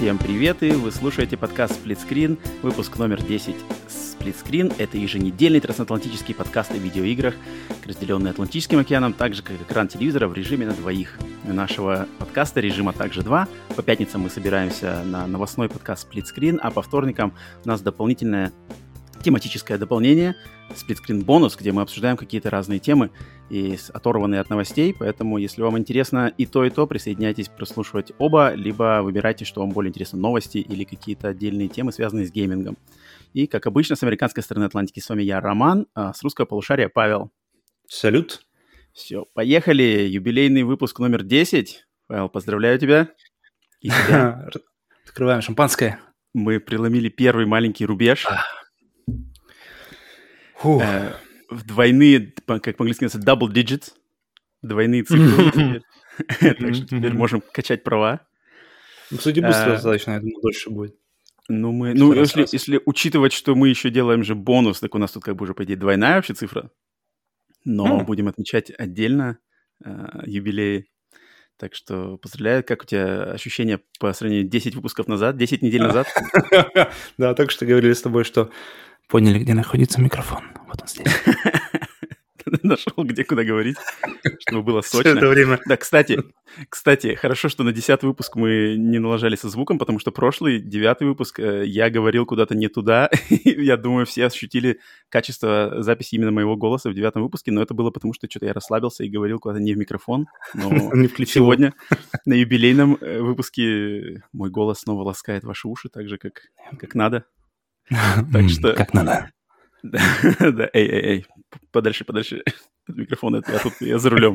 Всем привет, и вы слушаете подкаст Split Screen, выпуск номер 10. Split Screen — это еженедельный трансатлантический подкаст о видеоиграх, разделенный Атлантическим океаном, так же, как экран телевизора в режиме на двоих. У нашего подкаста режима также два. По пятницам мы собираемся на новостной подкаст Split Screen, а по вторникам у нас дополнительное тематическое дополнение Split Screen бонус, где мы обсуждаем какие-то разные темы и оторванные от новостей, поэтому если вам интересно и то, присоединяйтесь прослушивать оба, либо выбирайте, что вам более интересно, новости или какие-то отдельные темы, связанные с геймингом. И, как обычно, с американской стороны Атлантики с вами я, Роман, а с русского полушария Павел. Салют. Все, поехали. Юбилейный выпуск номер 10. Павел, поздравляю тебя. И тебя. Открываем шампанское. Мы преломили первый маленький рубеж. В двойные, как по-английски называется, double digits. Двойные цифры. Так что теперь можем качать права. Кстати, быстро достаточно, я думаю, дольше будет. Если учитывать, что мы еще делаем же бонус, так у нас тут как бы уже, по идее, двойная вообще цифра. Но будем отмечать отдельно юбилеи. Так что поздравляю. Как у тебя ощущения по сравнению 10 выпусков назад, 10 недель назад? Да, только что говорили с тобой, что поняли, где находится микрофон. Вот он здесь. Нашел, куда говорить, чтобы было сочно. Все это время. Да, кстати, хорошо, что на 10-й выпуск мы не налажали со звуком, потому что прошлый, 9-й выпуск, я говорил куда-то не туда. Я думаю, все ощутили качество записи именно моего голоса в 9-м выпуске, но это было потому, что что-то я расслабился и говорил куда-то не в микрофон. Но сегодня на юбилейном выпуске мой голос снова ласкает ваши уши так же, как надо. Так что... Как надо. Да, эй, подальше от микрофона, я за рулем.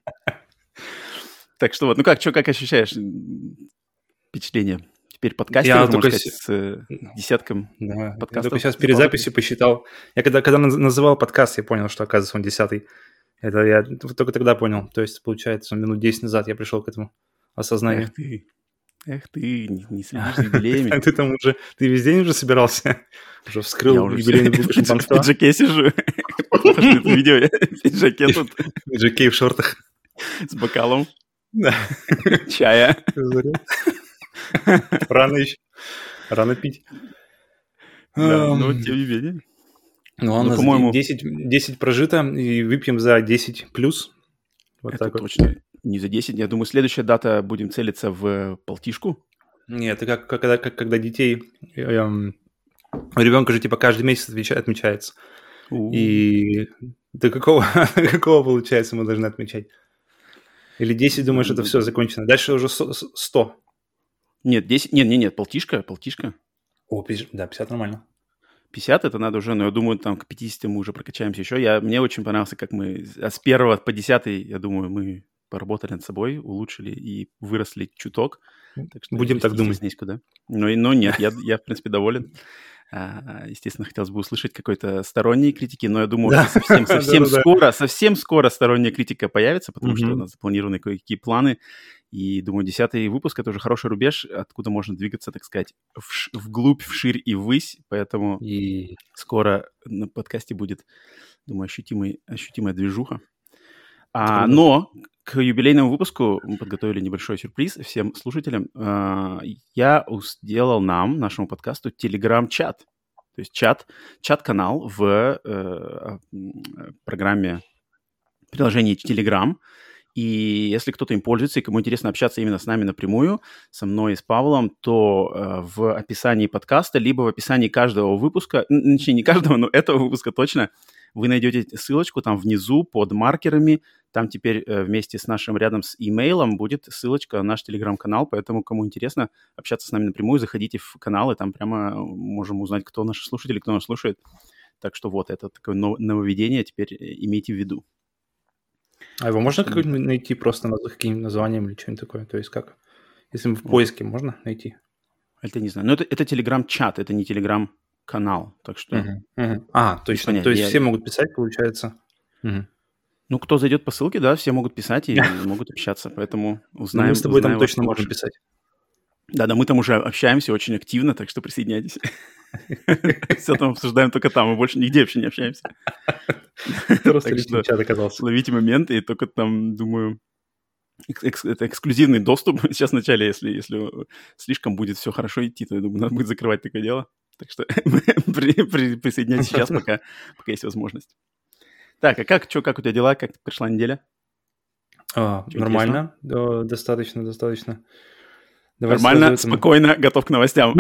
Так что вот, как ощущаешь впечатление? Теперь подкастер, можно сказать, с десятком подкастов. Я только сейчас перед записью посчитал. Я когда называл подкаст, я понял, что, оказывается, он 10-й. Это я только тогда понял. То есть, получается, минут 10 назад я пришел к этому осознанию. Эх ты, не следишь за юбилеями. Ты там уже, ты весь день уже собирался? Уже вскрыл юбилейный бутылку шампанского? В пиджаке сижу. Видео, я в пиджаке тут. В пиджаке и в шортах. С бокалом. Чая. Рано еще. Рано пить. Но тем не менее. Ну, у нас, по-моему, 10 прожито, и выпьем за 10 плюс. Вот так вот. Точно. Не за 10. Я думаю, следующая дата будем целиться в полтишку. Нет, это когда детей... У ребенка же типа каждый месяц отмечается. И до какого получается мы должны отмечать? Или 10, думаешь, это все закончено? Дальше уже 100. Нет, 10... Нет, полтишка. О, да, 50 нормально. 50 это надо уже, но я думаю, там к 50 мы уже прокачаемся еще. Мне очень понравился, как мы с 1 по 10, я думаю, мы поработали над собой, улучшили и выросли чуток. Так что будем так думать. Есть куда. Но нет, я в принципе доволен. Естественно, хотелось бы услышать какой-то сторонней критики, но я думаю, совсем скоро сторонняя критика появится, потому что у нас запланированы кое-какие планы. И, думаю, 10-й выпуск — это уже хороший рубеж, откуда можно двигаться, так сказать, вглубь, вширь и ввысь. Поэтому скоро на подкасте будет, думаю, ощутимая движуха. Но к юбилейному выпуску мы подготовили небольшой сюрприз всем слушателям. Я сделал нашему подкасту, телеграм-чат. То есть чат-канал в программе, приложении Telegram. И если кто-то им пользуется, и кому интересно общаться именно с нами напрямую, со мной и с Павлом, то в описании подкаста, либо в описании каждого выпуска, не каждого, но этого выпуска точно, вы найдете ссылочку там внизу под маркерами. Там теперь вместе с нашим рядом с имейлом будет ссылочка на наш телеграм-канал, поэтому кому интересно общаться с нами напрямую, заходите в канал, и там прямо можем узнать, кто наши слушатели, кто нас слушает. Так что вот, это такое нововведение, теперь имейте в виду. А его можно как-нибудь найти просто каким-нибудь названием или что-нибудь такое? То есть как? Если в поиске можно найти? Это не знаю. Но это телеграм-чат, это не телеграм-канал, так что... Точно. То есть все могут писать, получается? Ну, кто зайдет по ссылке, да, все могут писать и могут общаться, поэтому узнаем. Мы с тобой там точно можем писать. Да, мы там уже общаемся очень активно, так что присоединяйтесь. Все там обсуждаем только там, мы больше нигде вообще не общаемся. Просто личный чат оказался. Ловите моменты, и только там, думаю, Это эксклюзивный доступ. Сейчас вначале, если слишком будет все хорошо идти, то, я думаю, надо будет закрывать такое дело. Так что присоединяйтесь сейчас, пока есть возможность. Так, а как у тебя дела? Как прошла неделя? Нормально, достаточно. Нормально, спокойно, готов к новостям.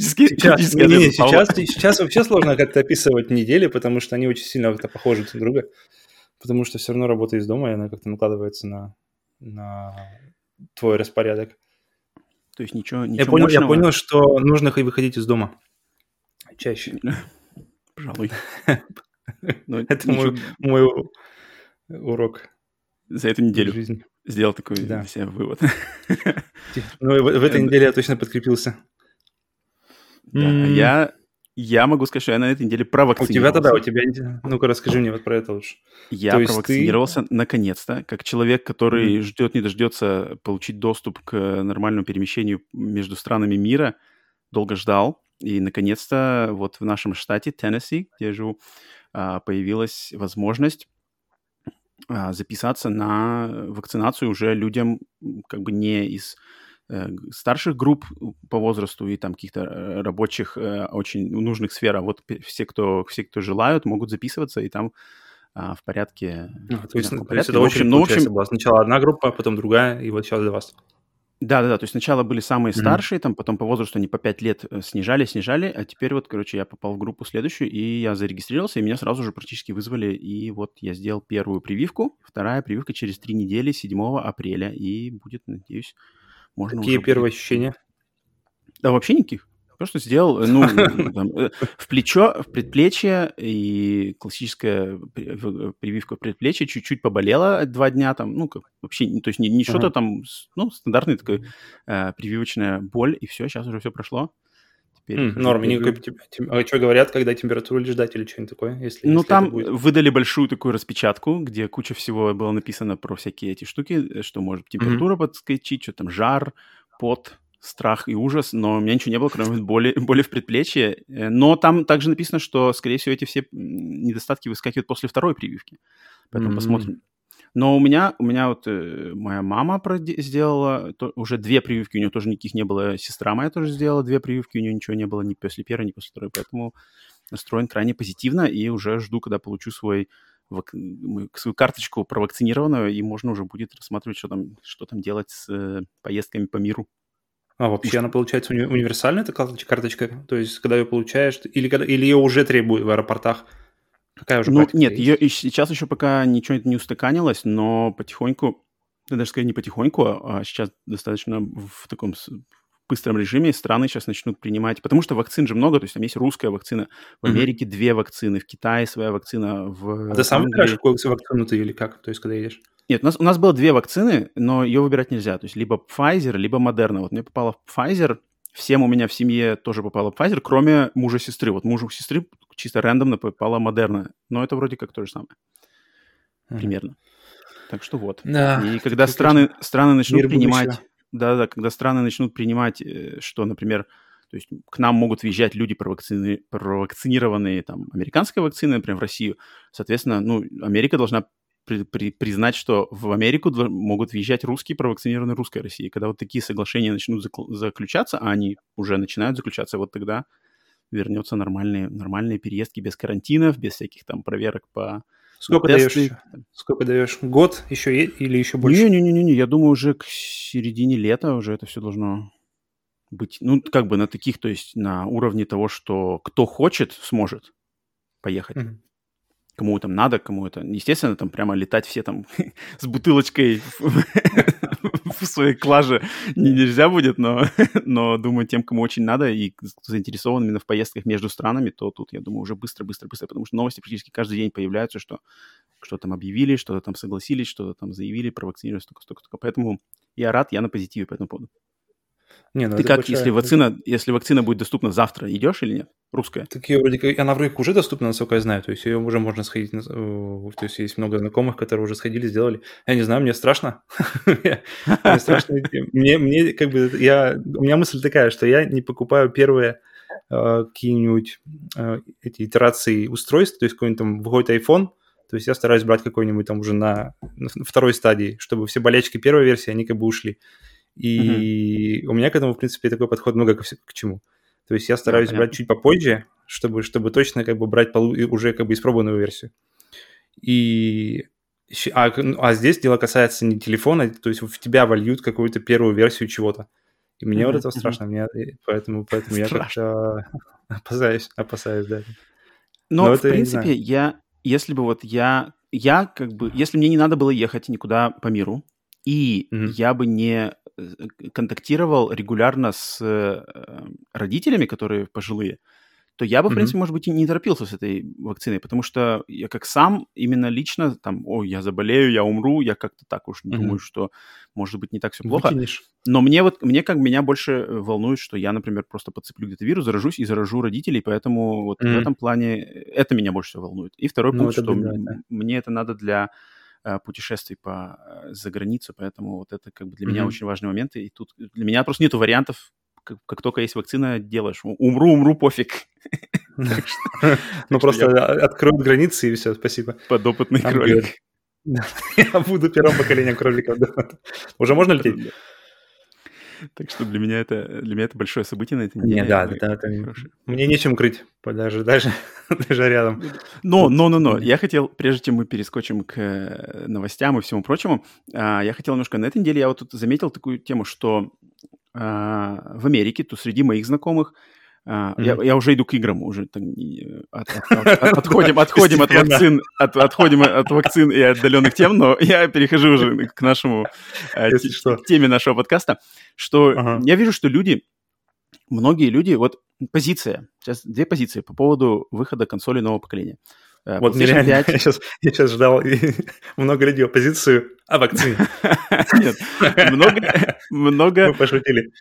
Сейчас вообще сложно как-то описывать недели, потому что они очень сильно как-то похожи друг на друга. Потому что все равно работа из дома, и она как-то накладывается на твой распорядок. То есть ничего я понял, что нужно выходить из дома чаще. Пожалуй. Это мой урок. За эту неделю сделал такой для себя вывод. Ну, в этой неделе я точно подкрепился. Да, я могу сказать, что я на этой неделе провакцинировался. У тебя... Ну-ка, расскажи мне вот про это лучше. Я провакцинировался наконец-то, как человек, который ждет, не дождется получить доступ к нормальному перемещению между странами мира, долго ждал. И, наконец-то, вот в нашем штате, Теннесси, где я живу, появилась возможность записаться на вакцинацию уже людям как бы не из старших групп по возрасту и там каких-то рабочих очень нужных сфер, а вот все, кто желают, могут записываться, и там в порядке... То есть это очень, получается, была сначала одна группа, потом другая, и вот сейчас для вас. Да, то есть сначала были самые старшие, там потом по возрасту они по 5 лет снижали, а теперь вот, короче, я попал в группу следующую, и я зарегистрировался, и меня сразу же практически вызвали, и вот я сделал первую прививку, вторая прививка через 3 недели, 7 апреля, и будет, надеюсь, можно Какие уже... первые ощущения? Да вообще никаких. Просто сделал, в предплечье, и классическая прививка в предплечье чуть-чуть поболела 2 дня, там, вообще, то есть не что-то там, стандартная такая прививочная боль, и все, сейчас уже все прошло. Норм, а что говорят, когда температуру ждать или что-нибудь такое? Там выдали большую такую распечатку, где куча всего было написано про всякие эти штуки, что может температура подскочить, что там жар, пот, страх и ужас, но у меня ничего не было, кроме боли в предплечье. Но там также написано, что, скорее всего, эти все недостатки выскакивают после второй прививки. Поэтому посмотрим. Но у меня вот моя мама сделала уже 2 прививки, у нее тоже никаких не было. Сестра моя тоже сделала 2 прививки, у нее ничего не было ни после первой, ни после второй. Поэтому настроен крайне позитивно и уже жду, когда получу свою карточку провакцинированную, и можно уже будет рассматривать, что там делать с поездками по миру. А вообще она, получается, универсальная эта карточка? То есть, когда ее получаешь, или ее уже требуют в аэропортах? Какая уже практика нет, есть? ее сейчас еще пока ничего не устаканилось, но потихоньку, даже скорее не потихоньку, а сейчас достаточно в таком быстром режиме страны сейчас начнут принимать, потому что вакцин же много, то есть там есть русская вакцина, в Америке 2 вакцины, в Китае своя вакцина, в ты сам выбираешь, какую вакцину ты или как? То есть, когда едешь? Нет, у нас было 2 вакцины, но ее выбирать нельзя. То есть либо Pfizer, либо Moderna. Вот мне попало Pfizer, всем у меня в семье тоже попало Pfizer, кроме мужа сестры. Вот мужу сестры чисто рандомно попала Moderna. Но это вроде как то же самое. Примерно. Так что вот. Да, и когда страны начнут принимать... Да, когда страны начнут принимать, что, например, то есть к нам могут въезжать люди, провакцинированные там, американской вакциной, например, в Россию. Соответственно, Америка должна признать, что в Америку могут въезжать русские, провакцинированные русской России. Когда вот такие соглашения начнут заключаться, а они уже начинают заключаться, вот тогда вернется нормальные переездки без карантинов, без всяких там проверок по... Сколько даешь? Год еще или еще больше? Не, я думаю, уже к середине лета уже это все должно быть, как бы на таких, то есть на уровне того, что кто хочет, сможет поехать. Кому там надо, кому это... Естественно, там прямо летать все там с бутылочкой в своей клаже нельзя будет, но думаю, тем, кому очень надо и заинтересован именно в поездках между странами, то тут, я думаю, уже быстро, потому что новости практически каждый день появляются, что там объявили, что-то там согласились, что-то там заявили, провакцинировали, столько. Поэтому я рад, я на позитиве по этому поводу. Ты как, если вакцина будет доступна завтра, идешь или нет? Русская? Так она вроде уже доступна, насколько я знаю. То есть ее уже можно сходить. То есть есть много знакомых, которые уже сходили, сделали. Я не знаю, мне страшно. Мне страшно. Мне как бы... У меня мысль такая, что я не покупаю первые какие-нибудь эти итерации устройств. То есть какой-нибудь там выходит iPhone, То есть я стараюсь брать какой-нибудь там уже на второй стадии, чтобы все болельщики первой версии, они как бы ушли. И у меня к этому, в принципе, такой подход много к чему. То есть я стараюсь брать чуть попозже, чтобы точно как бы брать уже как бы испробованную версию. А здесь дело касается не телефона, то есть в тебя вольют какую-то первую версию чего-то. И мне вот это страшно, поэтому я как-то опасаюсь, да. Но в принципе, если бы вот я как бы, если мне не надо было ехать никуда по миру, и я бы не контактировал регулярно с родителями, которые пожилые, то я бы, в принципе, может быть, и не торопился с этой вакциной, потому что я как сам именно лично там, я заболею, я умру, я как-то так уж не думаю, что может быть не так все плохо. Выкинешь. Но меня больше волнует, что я, например, просто подцеплю где-то вирус, заражусь и заражу родителей, поэтому вот в этом плане это меня больше всего волнует. И второй пункт, что мне это надо для путешествий за границу, поэтому вот это как бы для меня очень важный момент, и тут для меня просто нету вариантов. Как только есть вакцина, делаешь. Умру, пофиг. Ну, просто откроют границы, и все, спасибо. Подопытный кролик. Я буду первым поколением кроликов. Уже можно лететь? Так что для меня это большое событие на этой неделе. Да. Мне нечем крыть, даже рядом. Но. Я хотел, прежде чем мы перескочим к новостям и всему прочему, я хотел немножко на этой неделе, я вот тут заметил такую тему, что в Америке, то среди моих знакомых, я уже иду к играм, уже отходим от вакцин и отдаленных тем, но я перехожу уже к теме нашего подкаста, что я вижу, что многие люди, вот позиция, сейчас две позиции по поводу выхода консолей нового поколения. Вот нереально, я сейчас ждал много людей оппозицию о вакцине. Нет, много... Мы пошутили.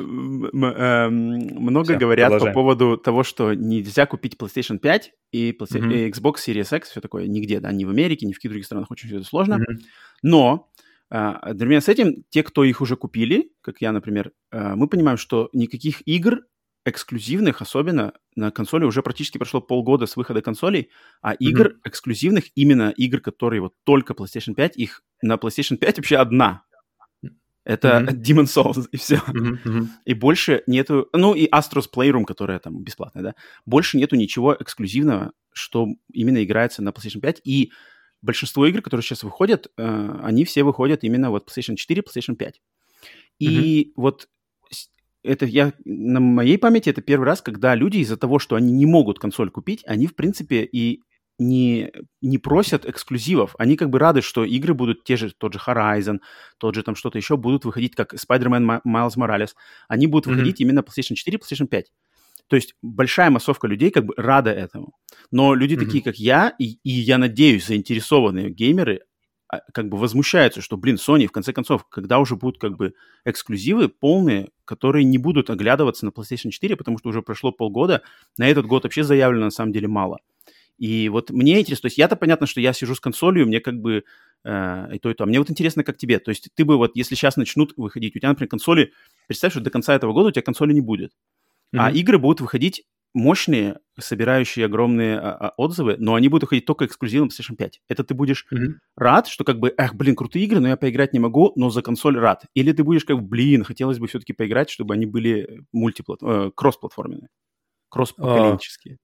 Много говорят по поводу того, что нельзя купить PlayStation 5 и Xbox Series X, все такое, нигде, да, ни в Америке, ни в каких других странах, очень все это сложно. Но одновременно с этим, те, кто их уже купили, как я, например, мы понимаем, что никаких игр эксклюзивных, особенно на консоли, уже практически прошло полгода с выхода консолей, а игр эксклюзивных, именно игр, которые вот только PlayStation 5, их на PlayStation 5 вообще одна. Это Demon's Souls, и все. И больше нету... Ну, и Astro's Playroom, которая там бесплатная, да. Больше нету ничего эксклюзивного, что именно играется на PlayStation 5. И большинство игр, которые сейчас выходят, они все выходят именно вот PlayStation 4, PlayStation 5. И вот это на моей памяти это первый раз, когда люди из-за того, что они не могут консоль купить, они, в принципе, и не просят эксклюзивов. Они как бы рады, что игры будут тот же Horizon, тот же там что-то еще, будут выходить, как Spider-Man Miles Morales. Они будут выходить именно PlayStation 4, PlayStation 5. То есть большая массовка людей как бы рада этому. Но люди такие, как я, и я надеюсь, заинтересованные геймеры, как бы возмущаются, что, Sony, в конце концов, когда уже будут как бы эксклюзивы полные, которые не будут оглядываться на PlayStation 4, потому что уже прошло полгода, на этот год вообще заявлено на самом деле мало. И вот мне интересно, то есть я-то понятно, что я сижу с консолью, мне как бы и то, и то. А мне вот интересно, как тебе. То есть ты бы вот, если сейчас начнут выходить, у тебя, например, консоли, представь, что до конца этого года у тебя консоли не будет. А игры будут выходить мощные, собирающие огромные отзывы, но они будут выходить только эксклюзивно на PlayStation 5. Это ты будешь рад, что как бы, крутые игры, но я поиграть не могу, но за консоль рад. Или ты будешь как бы, хотелось бы все-таки поиграть, чтобы они были кросс-платформенные, кросс-поколенческие.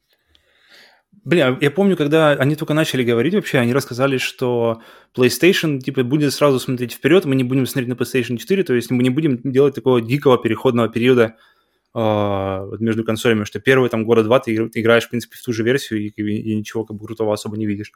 Я помню, когда они только начали говорить вообще, они рассказали, что PlayStation типа будет сразу смотреть вперед, мы не будем смотреть на PlayStation 4, то есть мы не будем делать такого дикого переходного периода между консолями, что первые там года два ты играешь, в принципе, в ту же версию и ничего как бы крутого особо не видишь.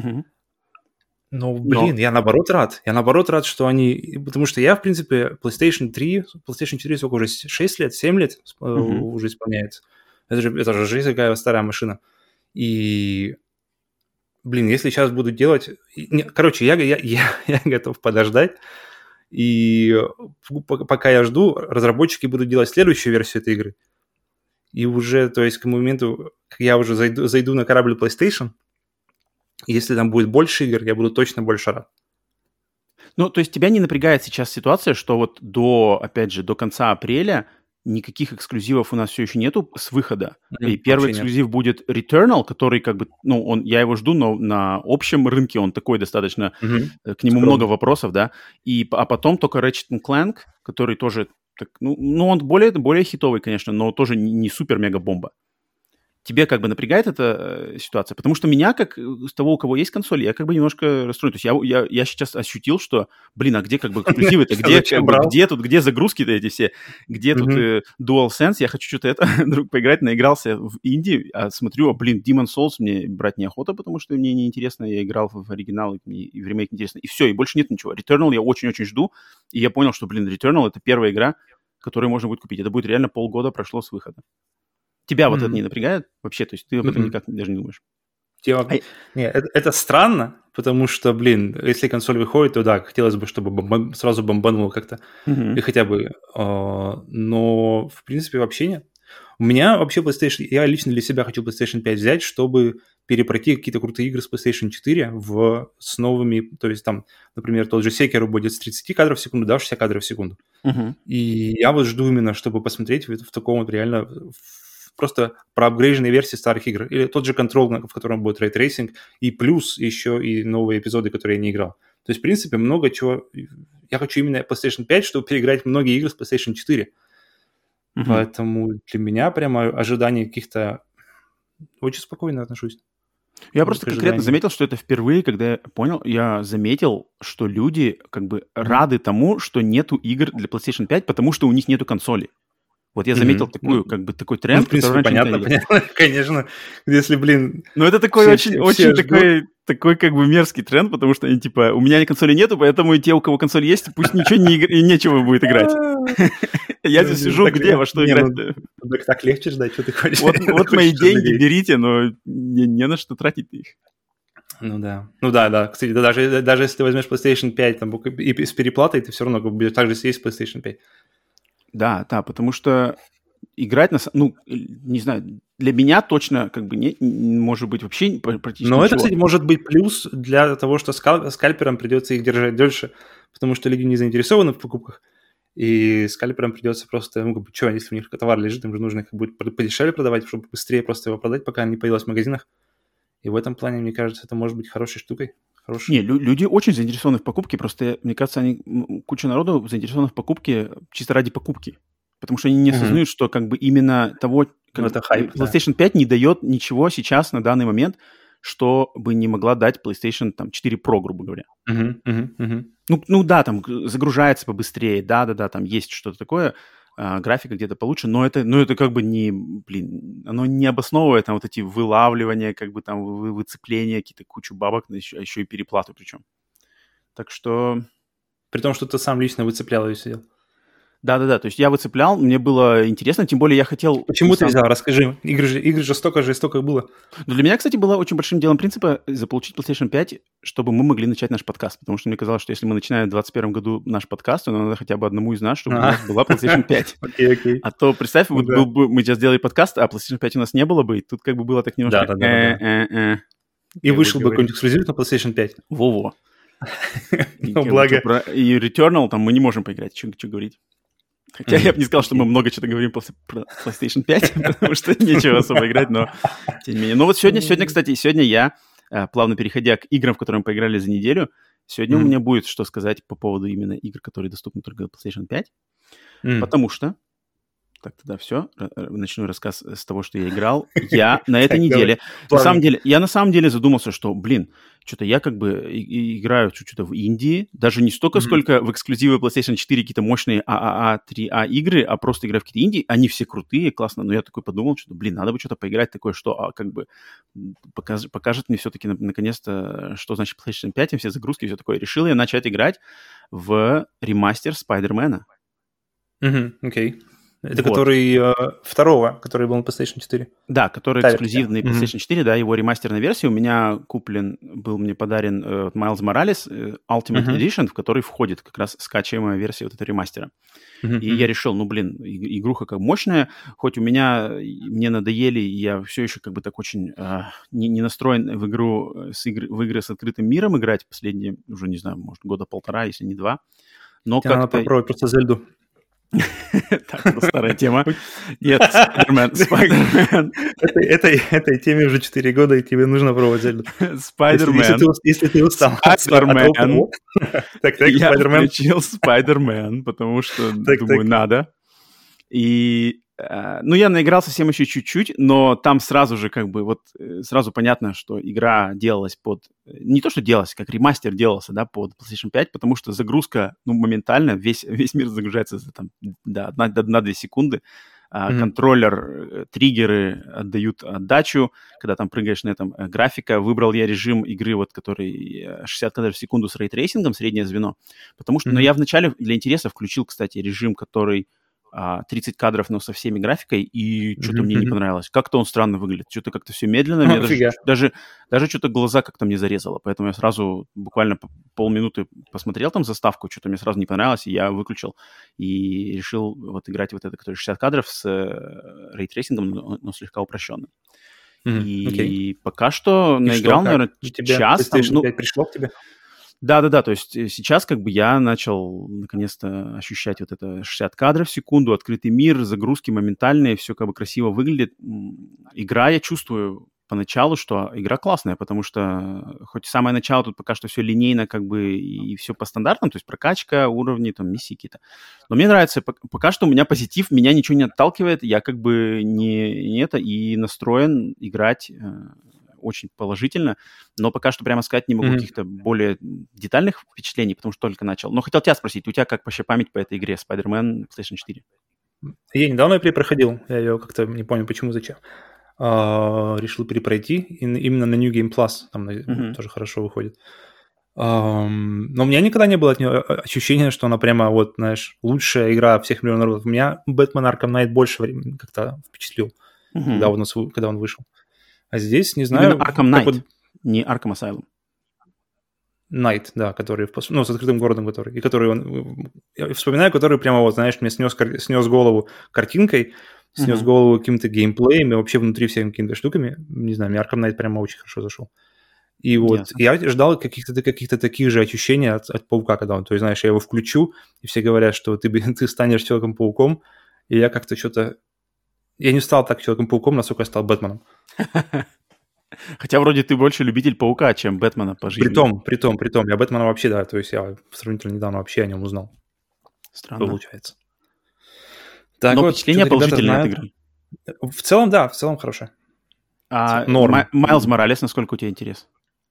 Но, я наоборот рад. Я наоборот рад, что они... Потому что я, в принципе, PlayStation 4 сколько уже? 6 лет, 7 лет уже исполняется. Это же жизнь такая старая машина. И, если сейчас буду делать... Короче, я готов подождать. И пока я жду, разработчики будут делать следующую версию этой игры. И уже, то есть к моменту, как я уже зайду на корабль PlayStation, если там будет больше игр, я буду точно больше рад. Ну, то есть тебя не напрягает сейчас ситуация, что вот до конца апреля никаких эксклюзивов у нас все еще нету с выхода. И первый эксклюзив будет Returnal, который как бы, ну, я его жду, но на общем рынке он такой достаточно, к нему много вопросов, да. А потом только Ratchet & Clank, который тоже, так, ну он более хитовый, конечно, но тоже не супер-мега-бомба. Тебе как бы напрягает эта ситуация? Потому что меня, как с того, у кого есть консоль, я как бы немножко расстроен. То есть я сейчас ощутил, что, блин, а где как бы эксклюзивы-то? Где загрузки-то эти все? Где тут DualSense? Я хочу что-то поиграть, наигрался в инди, а смотрю, блин, Demon's Souls мне брать неохота, потому что мне неинтересно, я играл в оригинал, и в ремейк интересно. И все, и больше нет ничего. Returnal я очень-очень жду, и я понял, что, блин, Returnal — это первая игра, которую можно будет купить. Это будет реально полгода прошло с выхода. Тебя вот это не напрягает вообще? То есть ты об этом никак даже не думаешь? Нет, это странно, потому что, блин, если консоль выходит, то да, хотелось бы, чтобы сразу бомбануло как-то. И хотя бы. Но, в принципе, вообще нет. У меня вообще PlayStation... Я лично для себя хочу PlayStation 5 взять, чтобы перепройти какие-то крутые игры с PlayStation 4 с новыми... То есть там, например, тот же Sekiro будет с 30 кадров в секунду, да, 60 кадров в секунду. И я вот жду именно, чтобы посмотреть в таком вот реально... просто проапгрейженные версии старых игр. Или тот же Control, в котором будет рейтрейсинг, и плюс еще и новые эпизоды, которые я не играл. То есть, в принципе, много чего... Я хочу именно PlayStation 5, чтобы переиграть многие игры с PlayStation 4. Поэтому для меня прямо ожидание каких-то... Очень спокойно отношусь. Я просто конкретно заметил, что это впервые, когда я заметил, что люди как бы рады тому, что нету игр для PlayStation 5, потому что у них нету консоли. Вот я заметил такой тренд, в принципе, понятно, конечно. Если, блин... Ну, это такой очень такой как бы мерзкий тренд, потому что, типа, у меня консоли нету, поэтому и те, у кого консоль есть, пусть ничего нечего будет играть. Я здесь сижу, где, во что играть? Так легче ждать, что ты хочешь. Вот мои деньги берите, но не на что тратить их. Ну да. Кстати, даже если ты возьмешь PlayStation 5 там, и с переплатой, ты все равно будешь так же сидеть с PlayStation 5. Да, потому что играть не знаю, для меня точно как бы не может быть вообще практически Но ничего. это, кстати, может быть плюс для того, что скальперам придется их держать дольше, потому что люди не заинтересованы в покупках, и скальперам придется просто, если у них товар лежит, им же нужно их будет подешевле продавать, чтобы быстрее просто его продать, пока не появилось в магазинах. И в этом плане, мне кажется, это может быть хорошей штукой. Не, люди очень заинтересованы в покупке, просто, мне кажется, куча народу заинтересована в покупке чисто ради покупки. Потому что они не осознают, что как бы именно того... это хайп, PlayStation 5 не дает ничего сейчас, на данный момент, что бы не могла дать PlayStation там, 4 Pro, грубо говоря. Ну да, там загружается побыстрее, да, там есть что-то такое, графика где-то получше, но это как бы не, оно не обосновывает там вот эти вылавливания, как бы там выцепления, какие-то кучу бабок, еще и переплату причем. Так что... При том, что ты сам лично выцеплял и сидел. Да, то есть я выцеплял, мне было интересно, тем более я хотел... Почему ты взял? Расскажи. Игры же столько было. Но для меня, кстати, было очень большим делом принципа заполучить PlayStation 5, чтобы мы могли начать наш подкаст, потому что мне казалось, что если мы начинаем в 2021 году наш подкаст, то надо хотя бы одному из нас, чтобы у нас была PlayStation 5. Окей. А то, представь, вот мы сейчас сделали подкаст, а PlayStation 5 у нас не было бы, и тут как бы было так немножко... Да. И вышел бы какой-нибудь эксклюзив на PlayStation 5. Во-во. Благо. И Returnal там мы не можем поиграть, что говорить. Хотя я бы не сказал, что мы много чего говорим про PlayStation 5, потому что нечего особо играть, но тем не менее. Ну вот сегодня, кстати, я, плавно переходя к играм, в которые мы поиграли за неделю, сегодня у меня будет что сказать по поводу именно игр, которые доступны только на PlayStation 5, потому что... Так, тогда все. Начну рассказ с того, что я играл. Я на этой неделе... На самом деле задумался, что, что-то я как бы играю что-то в Индии, даже не столько, сколько в эксклюзивы PlayStation 4 какие-то мощные AAA, 3A игры, а просто играю в какие-то Индии. Они все крутые, классно. Но я такой подумал, что, надо бы что-то поиграть такое, что как бы покажет мне все-таки наконец-то, что значит PlayStation 5, и все загрузки, и все такое. Решил я начать играть в ремастер Спайдермена. Окей. Это вот. Который второго, который был на PlayStation 4. Да, который эксклюзивный PlayStation 4, да, его ремастерная версия. У меня мне подарен Miles Morales Ultimate Edition, в который входит как раз скачиваемая версия вот этого ремастера. И я решил, игруха как мощная, хоть мне надоели, и я все еще как бы так очень не настроен в игры с открытым миром играть последние, уже не знаю, может, года полтора, если не два. Но надо попробовать просто Зельду. Так, это старая тема. Нет, Spider-Man. Этой теме уже 4 года, и тебе нужно пробовать Зельду. Spider-Man. Если ты устал. Spider-Man. Так, Я Spider-Man. включил Spider-Man, потому что, думаю, надо. И, я наиграл совсем еще чуть-чуть, но там сразу же сразу понятно, что игра делалась не то, что делалась, как ремастер делался, да, под PlayStation 5, потому что загрузка, моментально, весь мир загружается за 1-2 секунды. Контроллер, триггеры отдают отдачу, когда там прыгаешь на этом, графика. Выбрал я режим игры, который 60 кадров в секунду с рейтрейсингом, среднее звено, потому что, я вначале для интереса включил, кстати, режим, который 30 кадров, но со всеми графикой, и что-то мне не понравилось. Как-то он странно выглядит, что-то как-то все медленно, мне даже что-то глаза как-то мне зарезало, поэтому я сразу буквально полминуты посмотрел там заставку, что-то мне сразу не понравилось, и я выключил, и решил играть это, который 60 кадров с рейтрейсингом, но слегка упрощенно. И пока что наиграл, наверное, час. PlayStation 5 пришло к тебе? Да, то есть сейчас я начал наконец-то ощущать это 60 кадров в секунду, открытый мир, загрузки моментальные, все красиво выглядит. Игра, я чувствую поначалу, что игра классная, потому что хоть самое начало тут пока что все линейно и все по стандартам, то есть прокачка, уровни, там, миссии какие-то. Но мне нравится, пока что у меня позитив, меня ничего не отталкивает, я и настроен играть очень положительно, но пока что прямо сказать не могу каких-то более детальных впечатлений, потому что только начал. Но хотел тебя спросить, у тебя как память по этой игре Spider-Man PlayStation 4? Я недавно ее перепроходил, я ее как-то не помню почему, зачем. Решил перепройти, именно на New Game Plus, там тоже хорошо выходит. Но у меня никогда не было от нее ощущения, что она прямо лучшая игра всех миллионов народов. Меня Batman Arkham Knight больше времени как-то впечатлил, когда он вышел. А здесь, не знаю... Именно Arkham Knight, не Arkham Asylum. Knight, да, который с открытым городом, я вспоминаю, который прямо мне снес голову картинкой, снес голову каким-то геймплеем и вообще внутри всеми какими-то штуками. Не знаю, мне Arkham Knight прямо очень хорошо зашел. И я ждал каких-то таких же ощущений от Паука, когда то есть, я его включу, и все говорят, что ты станешь Человеком-пауком, и я как-то что-то... Я не стал так Человеком-пауком, насколько я стал Бэтменом. Хотя вроде ты больше любитель Паука, чем Бэтмена по жизни. Притом. Я Бэтмена вообще, да, то есть я сравнительно недавно вообще о нем узнал. Странно. Получается. Так, но впечатление положительное от игры. В целом хорошее. Норм. Майлз Моралес, насколько у тебя интерес?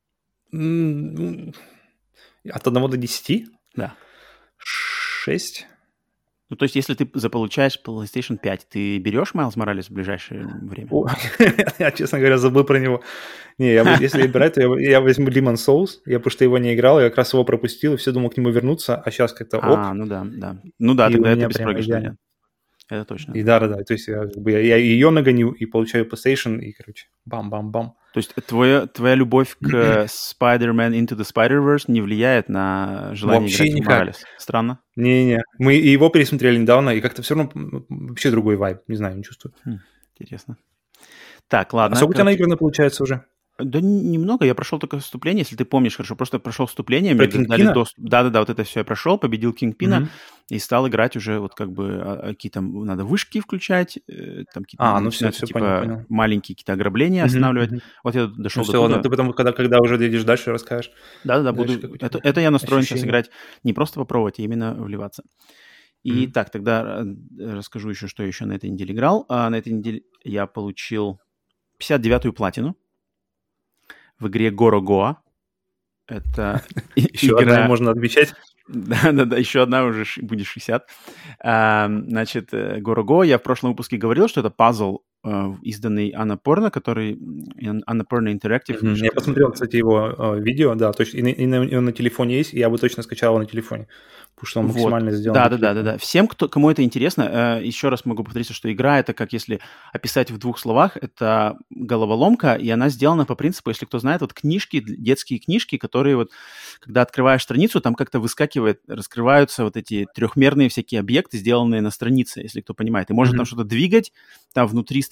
От 1 до 10? Да. 6. То есть, если ты заполучаешь PlayStation 5, ты берешь Майлз Моралес в ближайшее время? Я, честно говоря, забыл про него. Не, если я брать, то я возьму Demon's Souls. Я потому что его не играл, я как раз его пропустил, и все думал к нему вернуться, а сейчас как-то ну да, тогда это беспроигрышный вариант. Это точно. И да. То есть я ее нагоню и получаю PlayStation, и, бам-бам-бам. То есть твоя любовь к Spider-Man Into the Spider-Verse не влияет на желание вообще играть в Моралес? Странно? Не-не, мы его пересмотрели недавно, и как-то все равно вообще другой вайб. Не знаю, не чувствую. Интересно. Так, ладно. А сколько у тебя наиграно получается уже? Да немного, я прошел только вступление, если ты помнишь хорошо, просто прошел вступление, мне дали доступ. Да, вот это все я прошел, победил Кингпина и стал играть уже какие-то надо вышки включать, там какие-то понял. маленькие какие-то ограбления останавливать. Вот я дошел до туда. Ладно, ты потом, когда уже едешь дальше, расскажешь. Да, буду. Это я настроен сейчас играть, не просто попробовать, а именно вливаться. И так, тогда расскажу еще, что я еще на этой неделе играл. На этой неделе я получил 59-ю платину в игре Goro-Goa. Это еще одна можно отмечать. Да, еще одна уже будет 60. Значит, Goro-Goa, я в прошлом выпуске говорил, что это пазл, изданный Annapurna, который Annapurna Interactive. Я посмотрел, кстати, его видео, да, точно, и на телефоне есть, и я бы точно скачал его на телефоне, потому что он максимально сделан. Да. Всем, кому это интересно, еще раз могу повториться, что игра, это как если описать в 2 словах, это головоломка, и она сделана по принципу, если кто знает, книжки, детские книжки, которые когда открываешь страницу, там как-то раскрываются эти трехмерные всякие объекты, сделанные на странице, если кто понимает. И можно там что-то двигать, там внутри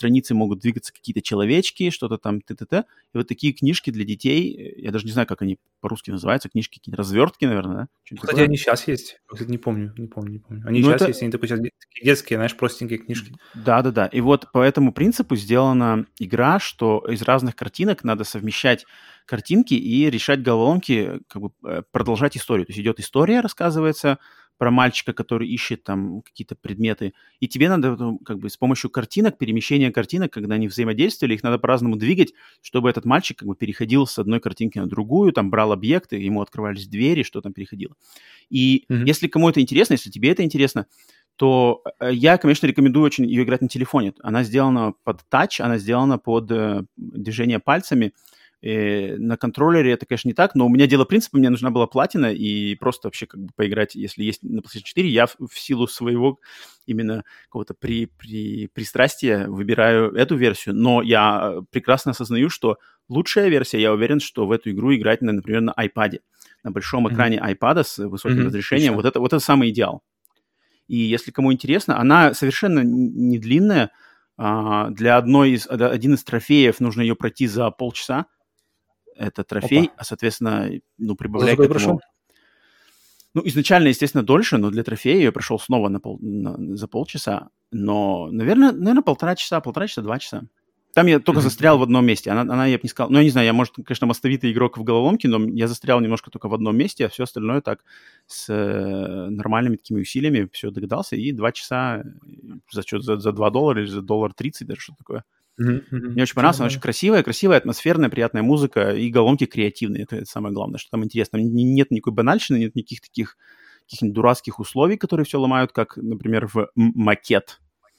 странице могут двигаться какие-то человечки, что-то там, т-т-т. И вот такие книжки для детей, я даже не знаю, как они по-русски называются, книжки, какие-то развертки, наверное, да? Что-нибудь кстати, такое. Они сейчас есть. Кстати, не помню. Они сейчас есть, они такие детские, знаешь, простенькие книжки. Да. И вот по этому принципу сделана игра, что из разных картинок надо совмещать картинки и решать головоломки, как бы продолжать историю. То есть идет история, рассказывается про мальчика, который ищет там какие-то предметы, и тебе надо как бы с помощью картинок, перемещения картинок, когда они взаимодействовали, их надо по-разному двигать, чтобы этот мальчик как бы переходил с одной картинки на другую, там брал объекты, ему открывались двери, что там переходило. И если кому это интересно, если тебе это интересно, то я, конечно, рекомендую очень ее играть на телефоне. Она сделана под тач, она сделана под движение пальцами. На контроллере это, конечно, не так, но у меня дело принципа, мне нужна была платина, и просто вообще как бы поиграть, если есть на PlayStation 4, я в силу своего именно какого-то пристрастия выбираю эту версию, но я прекрасно осознаю, что лучшая версия, я уверен, что в эту игру играть, например, на iPad, на большом экране iPad с высоким разрешением, вот это самый идеал. И если кому интересно, она совершенно не длинная, для один из трофеев нужно ее пройти за полчаса. Это трофей, соответственно, прибавляя к этому... Прошел? Изначально, естественно, дольше, но для трофея я прошел снова за полчаса. Но, наверное, 1,5 часа, 2 часа. Там я только застрял в одном месте. Она, я бы не сказал... я не знаю, я, может, конечно, мостовитый игрок в головоломке, но я застрял немножко только в одном месте, а все остальное так с нормальными такими усилиями все догадался. И 2 часа за $2 или за $1.30 даже, что такое. Мне очень понравилось, она очень красивая, атмосферная, приятная музыка, и головоломки креативные, это самое главное, что там интересно. Нет никакой банальщины, нет никаких таких каких-нибудь дурацких условий, которые все ломают, как, например, в Макет,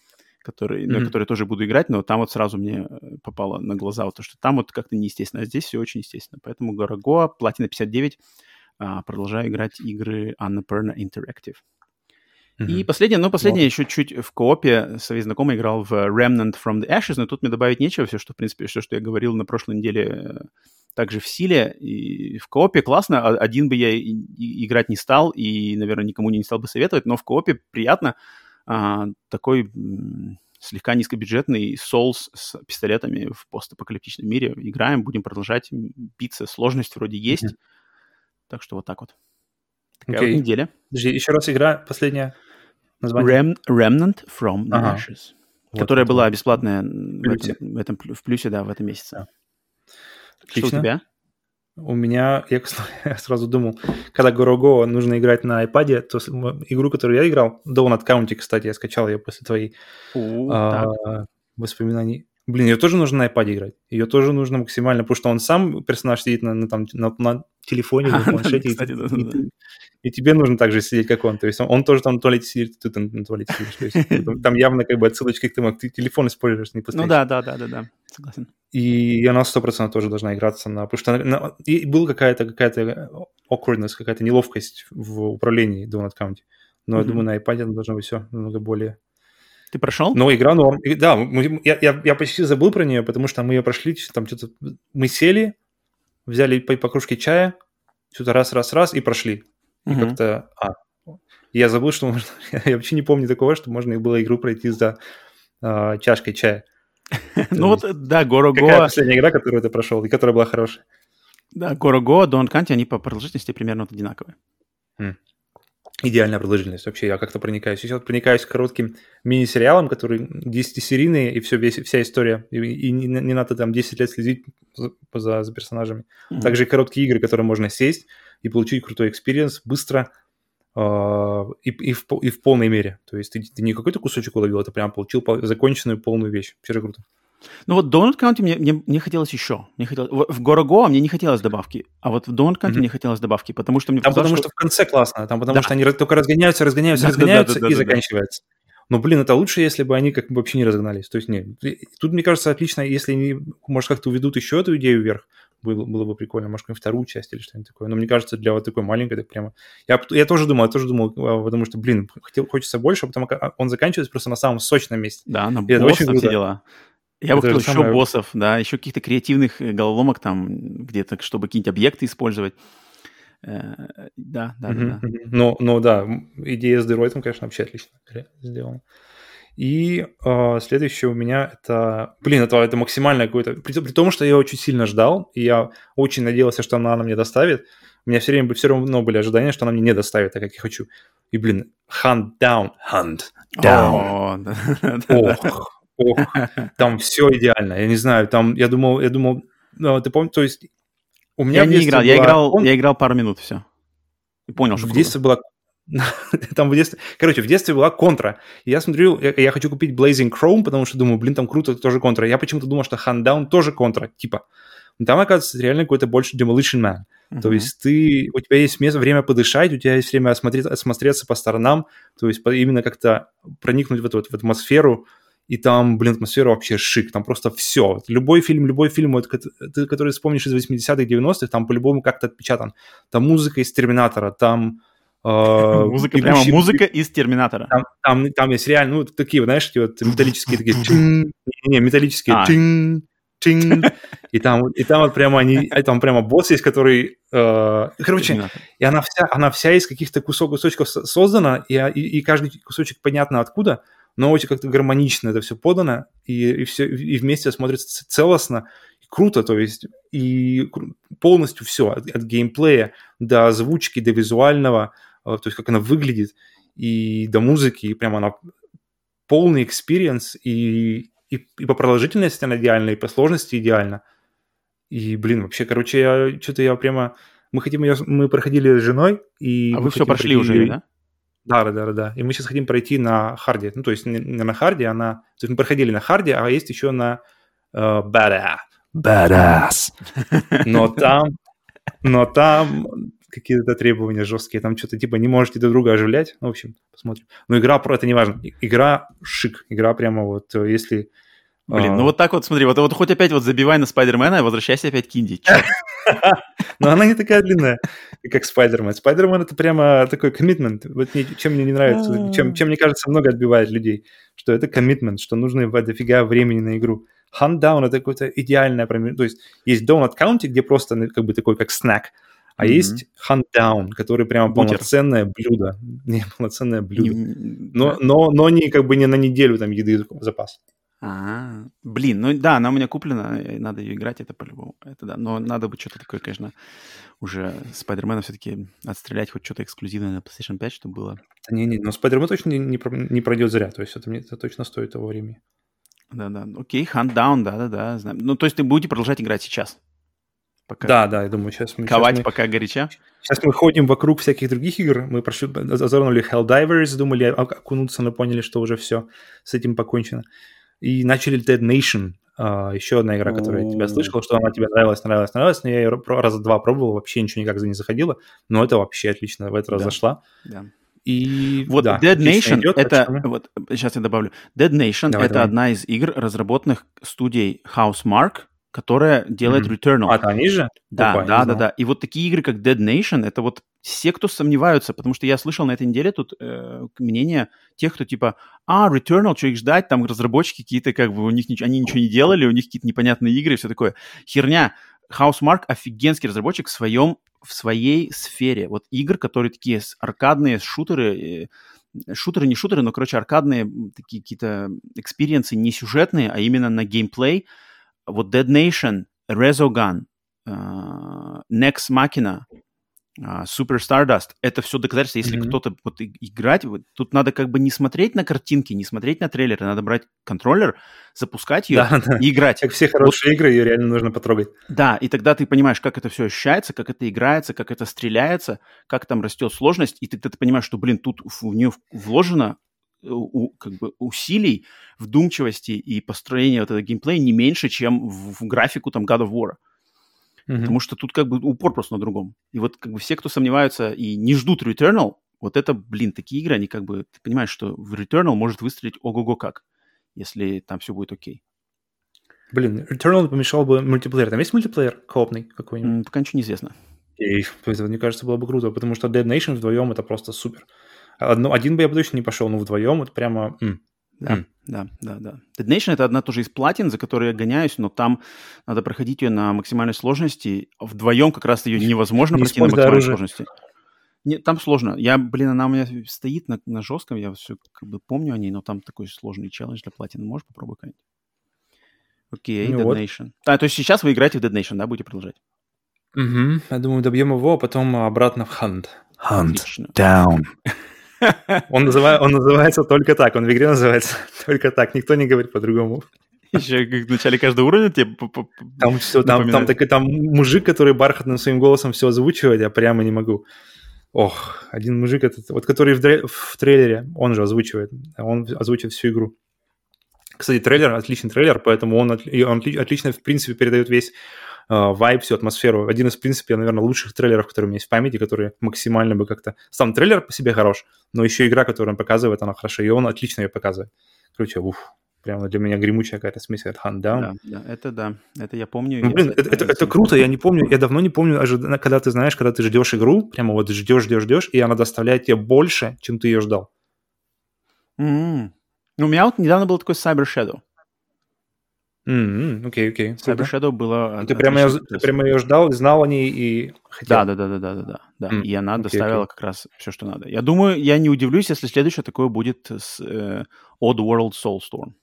на который тоже буду играть, но там вот сразу мне попало на глаза вот то, что там вот как-то неестественно, а здесь все очень естественно. Поэтому Gorogoa, платина 59, продолжаю играть игры Annapurna Interactive. И последнее еще чуть в коопе своей знакомой играл в Remnant from the Ashes, но тут мне добавить нечего, все, что, в принципе, все, что я говорил на прошлой неделе, также в силе. И в коопе классно, один бы я играть не стал, и, наверное, никому не стал бы советовать, но в коопе приятно. Такой слегка низкобюджетный Souls с пистолетами в постапокалиптичном мире. Играем, будем продолжать биться. Сложность вроде есть. Так что вот так вот. Такая вот неделя. Подожди, еще раз игра, последняя название. Remnant from the Ashes. Которая была бесплатная в плюсе, да, в этом месяце. Отлично. Что у тебя? У меня, я сразу думал, когда Gorogoa нужно играть на iPad, то игру, которую я играл, Donut County, кстати, я скачал ее после твоих воспоминаний. Блин, ее тоже нужно на iPad играть. Ее тоже нужно максимально, потому что он сам, персонаж, сидит на телефоне, на планшете, и тебе нужно так же сидеть, как он. То есть он тоже там на туалете сидит, ты там на туалете сидишь. То есть, там явно как бы отсылочки к тому, ты телефон используешь, не постоянно. Да, согласен. И она 100% тоже должна играться потому что и была какая-то awkwardness, какая-то неловкость в управлении Donut County. Но я думаю, на iPad она должна быть все намного более... Ты прошел? Но игра норм. Да, я почти забыл про нее, потому что мы ее прошли, там что-то... Мы сели, взяли по кружке чая, что-то раз, и прошли. И как-то... Я забыл, что можно... Я вообще не помню такого, что можно было игру пройти за чашкой чая. Ну вот, да, Gorogoa... Какая последняя игра, которую ты прошел, и которая была хорошая? Да, Gorogoa, Donut County, они по продолжительности примерно вот одинаковые. Идеальная продолжительность. Вообще, я как-то проникаюсь. Сейчас проникаюсь к коротким мини-сериалам, которые 10-серийные, и вся история. И не надо там 10 лет следить за персонажами. Также и короткие игры, которые можно сесть и получить крутой экспириенс быстро и в полной мере. То есть ты не какой-то кусочек уловил, ты прям получил законченную полную вещь. Вообще круто. Ну вот Donut County мне хотелось еще. В Gorogoa мне не хотелось добавки, а вот в Donut County мне хотелось добавки, потому что мне показалось, потому что в конце классно, потому что они только разгоняются и заканчиваются. Но, блин, это лучше, если бы они как бы вообще не разогнались. То есть, нет. Тут, мне кажется, отлично, если они, может, как-то уведут еще эту идею вверх, было бы прикольно, может, какую-нибудь вторую часть или что-нибудь такое. Но мне кажется, для вот такой маленькой, так прямо... Я тоже думал, потому что, блин, хочется больше, а потом он заканчивается просто на самом сочном месте. Да, на боссов все дела. Я бы хотел еще боссов, да, еще каких-то креативных головоломок там где-то, чтобы какие-нибудь объекты использовать. Да. Но да, идея с Деройтом, конечно, вообще отлично сделана. И следующее у меня это... Блин, это максимально какое-то... При том, что я очень сильно ждал, и я очень надеялся, что она мне доставит. У меня все равно были ожидания, что она мне не доставит, так как я хочу. И, блин, Hunt Down. Ох, там все идеально. Я не знаю, там, я думал, ты помнишь, то есть у меня я не играл, я играл пару минут, все. И понял, что в детстве была... Там в детстве была контра. И я смотрю, я хочу купить Blazing Chrome, потому что думаю, блин, там круто, тоже контра. Я почему-то думал, что Hunt Down тоже контра, типа. Но там, оказывается, реально какой-то больше Demolition Man. То есть у тебя есть время подышать, у тебя есть время осмотреться по сторонам, то есть именно как-то проникнуть в эту атмосферу. И там, блин, атмосфера вообще шик, там просто все. Любой фильм, вот, который вспомнишь из 80-х, 90-х, там по-любому как-то отпечатан. Там музыка из «Терминатора», там... Музыка из «Терминатора». Там есть реально, ну, такие, знаешь, эти вот металлические такие... металлические... И там вот прямо там прямо босс есть, который... Короче, и она вся из каких-то кусочков создана, и каждый кусочек понятно откуда, но очень как-то гармонично это все подано, и вместе смотрится целостно, и круто, то есть, и полностью все, от геймплея до озвучки, до визуального, то есть как она выглядит, и до музыки, и прямо она полный экспириенс, и по продолжительности она идеальна, и по сложности идеально. И, блин, вообще, короче, я прямо... Мы проходили с женой, и... А вы все прошли уже, да? Да. И мы сейчас хотим пройти на харде. Ну, то есть не на харде, а на... То есть мы проходили на харде, а есть еще на Badass. Но там какие-то требования жесткие. Там что-то типа не можете друг друга оживлять. Ну, в общем, посмотрим. Но игра, это не важно. Игра шик. Игра прямо вот, если... Блин, ну вот так вот, смотри, вот хоть опять вот забивай на Спайдермена и возвращайся опять к Инди. Но она не такая длинная, как Спайдермен. Спайдермен — это прямо такой коммитмент. Вот чем мне не нравится, чем мне кажется, много отбивает людей, что это коммитмент, что нужно дофига времени на игру. Hunt Down — это какое-то идеальное... То есть Donut County, где просто как бы такой, как снэк, а есть Hunt Down, который прямо полноценное блюдо. Не, полноценное блюдо. Но не как бы не на неделю там еды в запас. Блин, ну да, она у меня куплена, и надо ее играть, это по-любому, это да, но надо бы что-то такое, конечно, уже Спайдермена все-таки отстрелять, хоть что-то эксклюзивное на PlayStation 5, чтобы было. Не, но Спайдермен точно не пройдет зря, то есть это точно стоит того времени. Да, окей, Hunt Down, да, знаю. Ну, то есть ты будете продолжать играть сейчас? Пока... Да, я думаю, сейчас мы... Пока горяча? Сейчас мы ходим вокруг всяких других игр, мы озорнули Helldivers, думали окунуться, но поняли, что уже все, с этим покончено. И начали Dead Nation, еще одна игра, которую я тебя слышал, что она тебе нравилась, но я ее раза два пробовал, вообще ничего никак не заходило, но это вообще отлично, в этот раз зашла. Да. И вот да, Dead Nation идет, это, вот сейчас я добавлю, Dead Nation это одна из игр, разработанных студией Housemarque, которая делает Returnal. Это они же? Да. И вот такие игры, как Dead Nation, это вот все, кто сомневаются, потому что я слышал на этой неделе тут мнение тех, кто типа, Returnal, что их ждать, там разработчики какие-то, как бы, они ничего не делали, у них какие-то непонятные игры и все такое. Херня. Housemarque офигенский разработчик в своей сфере. Вот игр, которые такие аркадные шутеры, не шутеры, но, короче, аркадные такие какие-то экспириенсы не сюжетные, а именно на геймплей. Вот Dead Nation, Resogun, Nex Machina, Super Stardust, это все доказательства, если кто-то вот играть, вот, тут надо как бы не смотреть на картинки, не смотреть на трейлеры, надо брать контроллер, запускать ее и играть. Как все хорошие игры, ее реально нужно потрогать. Да, и тогда ты понимаешь, как это все ощущается, как это играется, как это стреляется, как там растет сложность, и ты понимаешь, что, блин, тут в нее вложено как бы усилий, вдумчивости и построения вот этого геймплея не меньше, чем в графику там God of War. Потому что тут как бы упор просто на другом. И вот как бы все, кто сомневаются и не ждут Returnal, вот это, блин, такие игры, они как бы, ты понимаешь, что в Returnal может выстрелить ого-го как, если там все будет окей. Блин, Returnal помешал бы мультиплеер. Там есть мультиплеер коопный какой-нибудь? Пока ничего не известно. Мне кажется, было бы круто, потому что Dead Nation вдвоем это просто супер. Один бы я бы точно не пошел, но вдвоем это прямо... Да. Dead Nation — это одна тоже из платин, за которой я гоняюсь, но там надо проходить ее на максимальной сложности. Вдвоем как раз ее невозможно пройти на максимальной сложности. Там сложно. Она у меня стоит на жестком, я все как бы помню о ней, но там такой сложный челлендж для платины. Можешь попробовать как-нибудь? Окей, Dead Nation. То есть сейчас вы играете в Dead Nation, да? Будете продолжать? Я думаю, добьем его, а потом обратно в Hunt. Отлично. Down. Он называется только так. Он в игре называется только так. Никто не говорит по-другому. Еще в начале каждого уровня тебе там все, там мужик, который бархатным своим голосом все озвучивает, я прямо не могу. Ох, один мужик, который в трейлере, он же озвучивает. Он озвучивает всю игру. Кстати, отличный трейлер, поэтому он отлично, в принципе, передает весь вайб, всю атмосферу. Один из, в принципе, наверное, лучших трейлеров, которые у меня есть в памяти, которые максимально бы как-то... Сам трейлер по себе хорош, но еще игра, которую он показывает, она хороша, и он отлично ее показывает. Короче, прямо для меня гремучая какая-то смесь от Hunt Down. Да, это я помню. Это круто, я не помню, я давно не помню, когда ты знаешь, когда ты ждешь игру, прямо вот ждешь, и она доставляет тебе больше, чем ты ее ждал. У меня вот недавно был такой Cyber Shadow. Окей. Cyber Shadow было... Ты прямо ее ждал, знал о ней и хотел? Да. И она доставила как раз все, что надо. Я думаю, я не удивлюсь, если следующее такое будет с Odd World Soulstorm.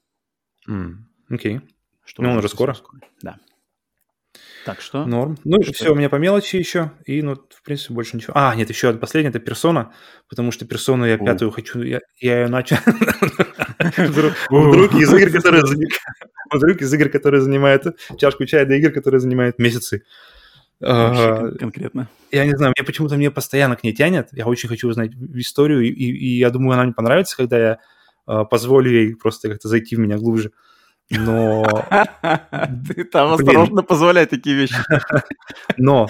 Окей. Он уже скоро. Да. Так что... Норм. Все, у меня по мелочи еще. И, в принципе, больше ничего. Нет, еще последняя, это Persona. Потому что Persona я пятую хочу... Я ее начал... Вдруг из игр, которые занимают чашку чая, до игр, которые занимают месяцы. Конкретно. Я не знаю, мне постоянно к ней тянет. Я очень хочу узнать историю, и я думаю, она мне понравится, когда я позволю ей просто как-то зайти в меня глубже. Но... Ты там осторожно позволяй такие вещи. Но,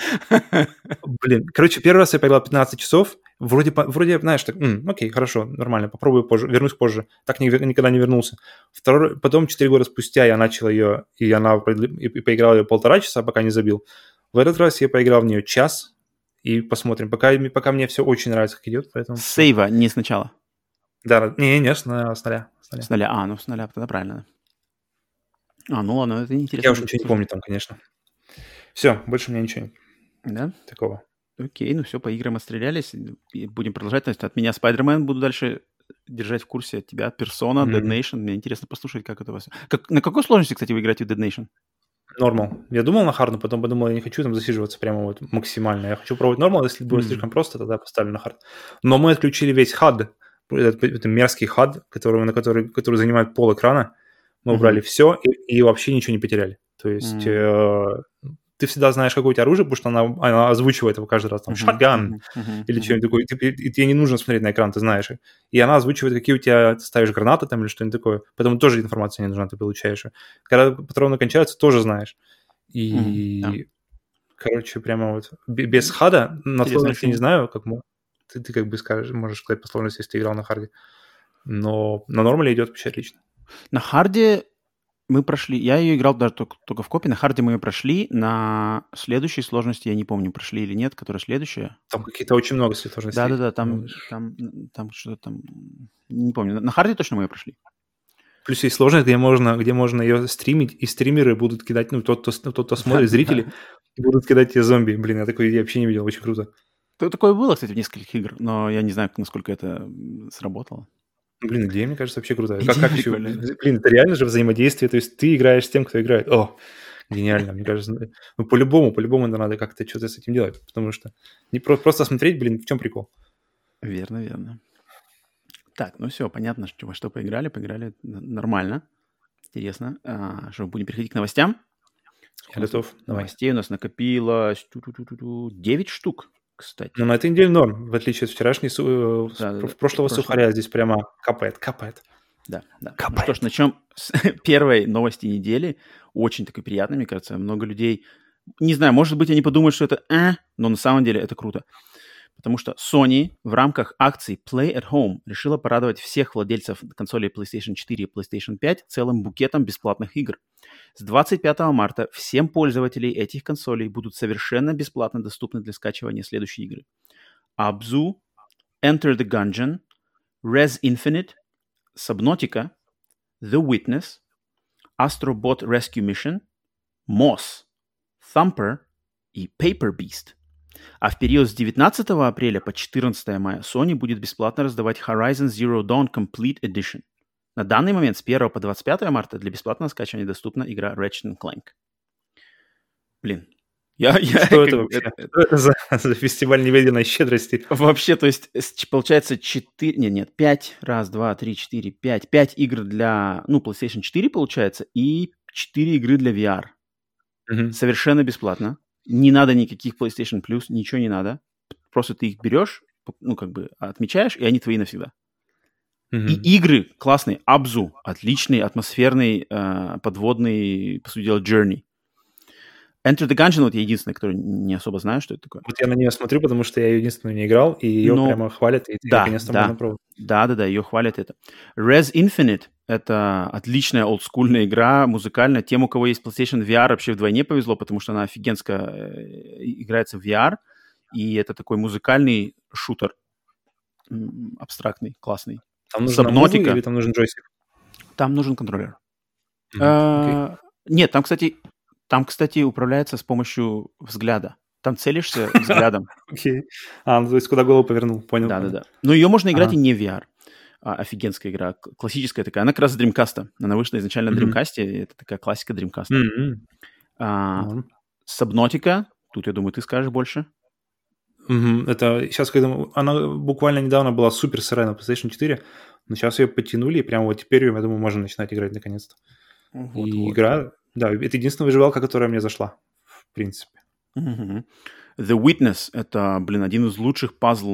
короче, первый раз я поиграл 15 часов, вроде, знаешь, так, окей, хорошо, нормально, попробую позже, вернусь позже. Так никогда не вернулся. Потом 4 года спустя я начал ее, и поиграл ее 1,5 часа, пока не забил. В этот раз я поиграл в нее час, и посмотрим. Пока мне все очень нравится, как идет, поэтому... С сейва, не сначала? Да, не, с нуля. С нуля, с нуля, тогда правильно. Ладно, это интересно. Я уже ничего не помню там, конечно. Все, больше у меня ничего нет. Такого. Окей, все, по играм отстрелялись. Будем продолжать. То есть от меня Spider-Man буду дальше держать в курсе, от тебя Persona, Dead Nation. Мне интересно послушать, как это у вас... На какой сложности, кстати, вы играете в Dead Nation? Нормал. Я думал на хард, но потом подумал, я не хочу там засиживаться прямо вот максимально. Я хочу пробовать нормал, если будет слишком просто, тогда поставлю на хард. Но мы отключили весь HUD, это мерзкий HUD, который занимает пол экрана. Мы убрали все и вообще ничего не потеряли. То есть ты всегда знаешь, какое у тебя оружие, потому что она озвучивает его каждый раз, там, шотган или что-нибудь такое. И тебе не нужно смотреть на экран, ты знаешь. И она озвучивает, какие у тебя, ты ставишь гранаты там или что-нибудь такое. Поэтому тоже информация не нужна, ты получаешь. Когда патроны кончаются, тоже знаешь. И, короче, прямо вот без хада, на сложности не знаю, как ты как бы скажешь, можешь сказать по сложности, если ты играл на харде. Но на нормале идет вообще отлично. На харде мы прошли... Я ее играл даже только в копе. На харде мы ее прошли. На следующей сложности, я не помню, прошли или нет, которая следующая. Там какие-то очень много сложностей. Да, там что-то там... Не помню. На харде точно мы ее прошли. Плюс есть сложность, где можно ее стримить, и стримеры будут кидать... тот, кто смотрит, зрители, будут кидать тебе зомби. Блин, я такой вообще не видел. Очень круто. Такое было, кстати, в нескольких играх, но я не знаю, насколько это сработало. Блин, идея, мне кажется, вообще крутая. Как еще? Блин, это реально же взаимодействие. То есть ты играешь с тем, кто играет. Гениально, мне кажется. По-любому надо как-то что-то с этим делать. Потому что не просто смотреть, блин, в чем прикол? Верно. Так, все, понятно, во что поиграли нормально. Интересно. Что, будем переходить к новостям? Я готов. Новостей у нас накопилось 9 штук. Кстати. Но на этой неделе норм, в отличие от вчерашней, прошлого сухаря здесь прямо капает. Да. Капает. Ну что ж, начнем с первой новости недели. Очень такой приятной, мне кажется. Много людей, не знаю, может быть, они подумают, что это но на самом деле это круто. Потому что Sony в рамках акции Play at Home решила порадовать всех владельцев консолей PlayStation 4 и PlayStation 5 целым букетом бесплатных игр. С 25 марта всем пользователям этих консолей будут совершенно бесплатно доступны для скачивания следующие игры. Abzu, Enter the Gungeon, Res Infinite, Subnautica, The Witness, Astro Bot Rescue Mission, Moss, Thumper и Paper Beast. А в период с 19 апреля по 14 мая Sony будет бесплатно раздавать Horizon Zero Dawn Complete Edition. На данный момент с 1 по 25 марта для бесплатного скачивания доступна игра Ratchet Clank. Блин. Что это вообще? Что это за фестиваль неведенной щедрости? Вообще, то есть, получается 5, раз, два, три, четыре, 5 игр для, PlayStation 4, получается, и 4 игры для VR. Совершенно бесплатно. Не надо никаких PlayStation Plus, ничего не надо. Просто ты их берешь, отмечаешь, и они твои навсегда. И игры классные. Abzu, отличный, атмосферный, подводный, по сути дела, Journey. Enter the Gungeon, вот я единственный, который не особо знаю, что это такое. Вот я на нее смотрю, потому что я ее единственную не играл, и ее прямо хвалят, и наконец-то можно пробовать. Да, ее хвалят это. Res Infinite — это отличная олдскульная игра, музыкальная. Тем, у кого есть PlayStation VR, вообще вдвойне повезло, потому что она офигенско играется в VR, и это такой музыкальный шутер, абстрактный, классный. Там нужен Subnautica или там нужен джойстик? Там нужен контроллер. Нет, там, кстати, управляется с помощью взгляда. Там целишься взглядом. Окей. То есть куда голову повернул, понял. Да. Но ее можно играть и не в VR. Офигенская игра. Классическая такая. Она как раз с Dreamcast. Она вышла изначально на Dreamcast. Это такая классика Dreamcast. Subnautica. Тут, я думаю, ты скажешь больше. Это сейчас, когда она буквально недавно была супер сырая на PlayStation 4, но сейчас ее подтянули, и прямо вот теперь, я думаю, можно начинать играть наконец-то. Игра... Да, это единственная выживалка, которая мне зашла, в принципе. The Witness — это, одна из лучших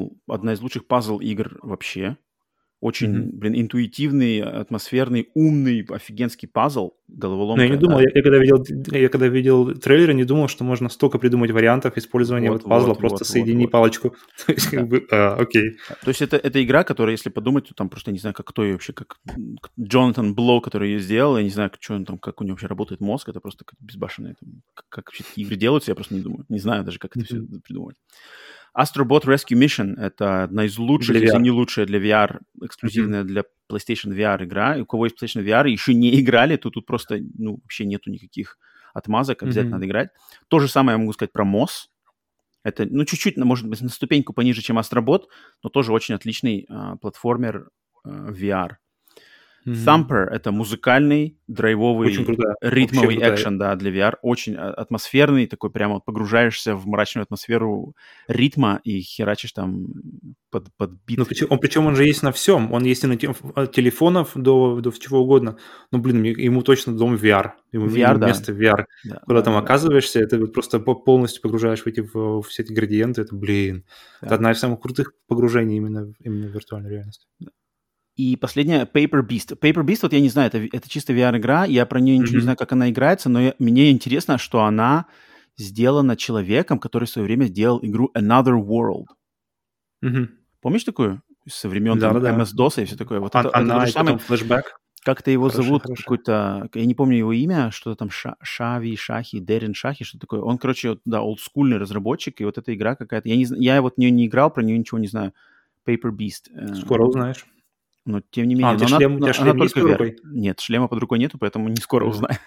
пазл-игр вообще. Очень, интуитивный, атмосферный, умный, офигенский пазл, головоломка. Я не думал, я когда видел трейлер, не думал, что можно столько придумать вариантов использования пазла, просто соедини палочку. То есть, окей. То есть это игра, которая, если подумать, то там просто, я не знаю, кто ее вообще, как Джонатан Блоу, который ее сделал, я не знаю, что он там, как у него вообще работает мозг, это просто безбашенное. Как вообще такие игры делаются, я просто не думаю. Не знаю даже, как это все придумать. Astrobot Rescue Mission — это одна из лучших, если не лучшая для VR, эксклюзивная для PlayStation VR игра. И у кого есть PlayStation VR и еще не играли, то тут просто, вообще нету никаких отмазок, обязательно надо играть. То же самое я могу сказать про Moss. Это, чуть-чуть, может быть, на ступеньку пониже, чем Astrobot, но тоже очень отличный платформер VR. Thumper — это музыкальный, драйвовый, ритмовый экшен, да, для VR. Очень атмосферный, такой прямо погружаешься в мрачную атмосферу ритма и херачишь там под бит. Причем он же есть на всем. Он есть и на телефонов до чего угодно. Ему точно дом VR. Ему место VR. Да, куда там оказываешься, это просто полностью погружаешь в все эти градиенты. Это, это одна из самых крутых погружений именно в виртуальную реальность. И последняя — Paper Beast. Paper Beast, вот я не знаю, это чисто VR-игра, я про нее ничего не знаю, как она играется, но мне интересно, что она сделана человеком, который в свое время сделал игру Another World. Помнишь такую? Со времен MS-DOS и все такое. Вот это то же самое. Флэшбэк. Как-то его зовут, какой-то, я не помню его имя, что-то там Шахи, Дерин Шахи, что такое. Он, олдскульный разработчик, и вот эта игра какая-то. Я вот в нее не играл, про нее ничего не знаю. Paper Beast. Скоро узнаешь. Но тем не менее... у тебя шлем есть под рукой? Нет, шлема под рукой нету, поэтому не скоро узнаю.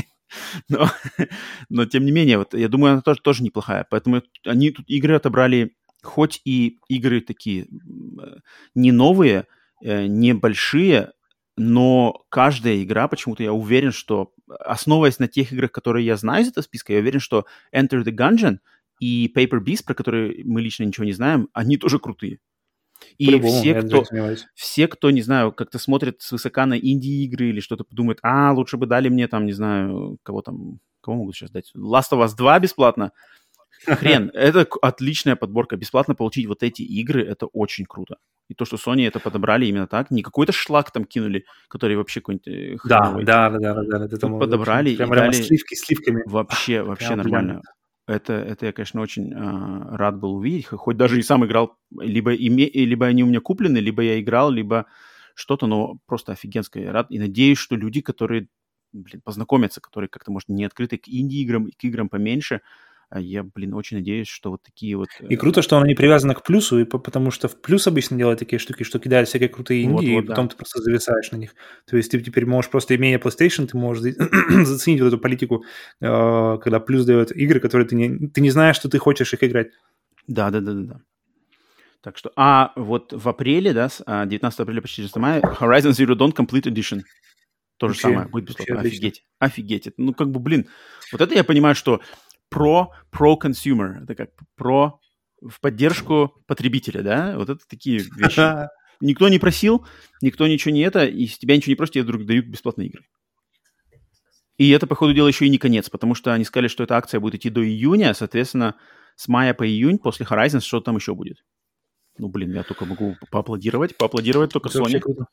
Но тем не менее, вот я думаю, она тоже неплохая. Поэтому они тут игры отобрали, хоть и игры такие не новые, не большие, но каждая игра, почему-то я уверен, что, основываясь на тех играх, которые я знаю из этого списка, я уверен, что Enter the Gungeon и Paper Beast, про которые мы лично ничего не знаем, они тоже крутые. И все, кто, не знаю, как-то смотрит свысока на инди-игры или что-то подумает, лучше бы дали мне там, не знаю, кого могут сейчас дать? Last of Us 2 бесплатно? Хрен, это отличная подборка. Бесплатно получить вот эти игры, это очень круто. И то, что Sony это подобрали именно так, не какой-то шлак там кинули, который вообще какой-нибудь хреновый. Да. Тут подобрали прямо и дали... сливками. Вообще нормально. Это я, конечно, очень рад был увидеть, хоть даже и сам играл, либо они у меня куплены, либо я играл, либо что-то, но просто офигенское. Я рад и надеюсь, что люди, которые, познакомятся, которые как-то, может, не открыты к инди-играм, к играм поменьше, я, очень надеюсь, что вот такие вот... И круто, что она не привязана к плюсу, и потому что в плюс обычно делают такие штуки, что кидают всякие крутые инди, и потом ты просто зависаешь на них. То есть ты теперь можешь просто, имея PlayStation, ты можешь заценить вот эту политику, когда плюс дает игры, которые ты не знаешь, что ты хочешь их играть. Да. Так что, вот в апреле, да, 19 апреля по 14 мая, Horizon Zero Dawn Complete Edition. То же самое, будет бесплатно. Офигеть. Это, ну, как бы, блин, вот это я понимаю, что pro-consumer, это как в поддержку потребителя, да, вот это такие вещи. Никто не просил, никто ничего не и с тебя ничего не просит, тебе вдруг дают бесплатные игры. И это, по ходу дела, еще и не конец, потому что они сказали, что эта акция будет идти до июня, соответственно, с мая по июнь после Horizon что там еще будет. Ну, блин, я только могу поаплодировать только это Sony. Вообще круто.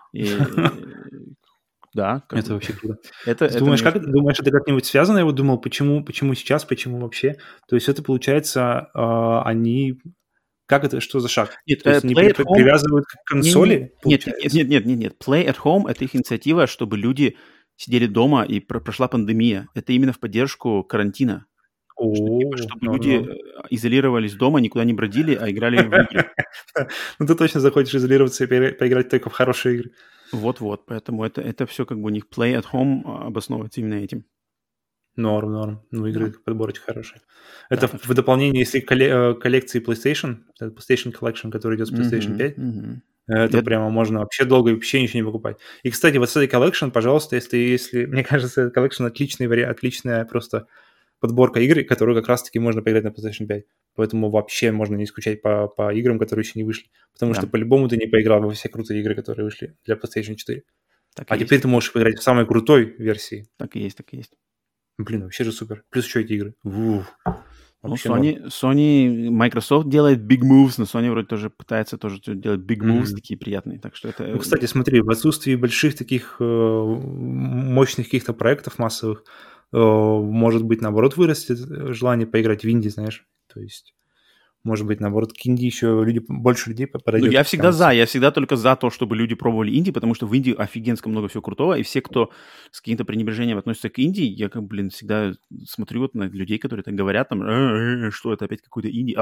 Да. Это вообще круто. Думаешь, это как-нибудь связано? Я вот думал, почему сейчас, почему вообще? То есть это, получается, они... Как это? Что за шаг? Нет, то есть они привязывают к консоли? Нет. Play at Home — это их инициатива, чтобы люди сидели дома и прошла пандемия. Это именно в поддержку карантина. Чтобы люди изолировались дома, никуда не бродили, а играли в игры. Ну, ты точно захочешь изолироваться и поиграть только в хорошие игры. Вот. Поэтому это все как бы у них Play at Home обосновывается именно этим. Норм. Ну, игры подборочка хорошие. Это в дополнение, если коллекции PlayStation, это PlayStation Collection, который идет с PlayStation 5, это прямо можно вообще долго вообще ничего не покупать. И, кстати, вот с этой Collection, пожалуйста, если мне кажется, эта Collection отличная просто подборка игр, которую как раз-таки можно поиграть на PlayStation 5. Поэтому вообще можно не скучать по играм, которые еще не вышли. Потому что по-любому ты не поиграл во все крутые игры, которые вышли для PlayStation 4. Теперь ты можешь поиграть в самой крутой версии. Так и есть. Блин, вообще же супер. Плюс еще эти игры. Sony, Microsoft делает big moves, но Sony вроде тоже пытается делать big moves такие приятные. Так что это... Ну, кстати, смотри, в отсутствии больших таких мощных каких-то проектов массовых, может быть, наоборот, вырастет желание поиграть в инди, знаешь. То есть, может быть, наоборот, к инди еще больше людей подойдет. Ну, я всегда только за то, чтобы люди пробовали инди, потому что в инди офигенско много всего крутого, и все, кто с каким-то пренебрежением относится к инди, я всегда смотрю вот на людей, которые так говорят, там, что это опять какой-то инди,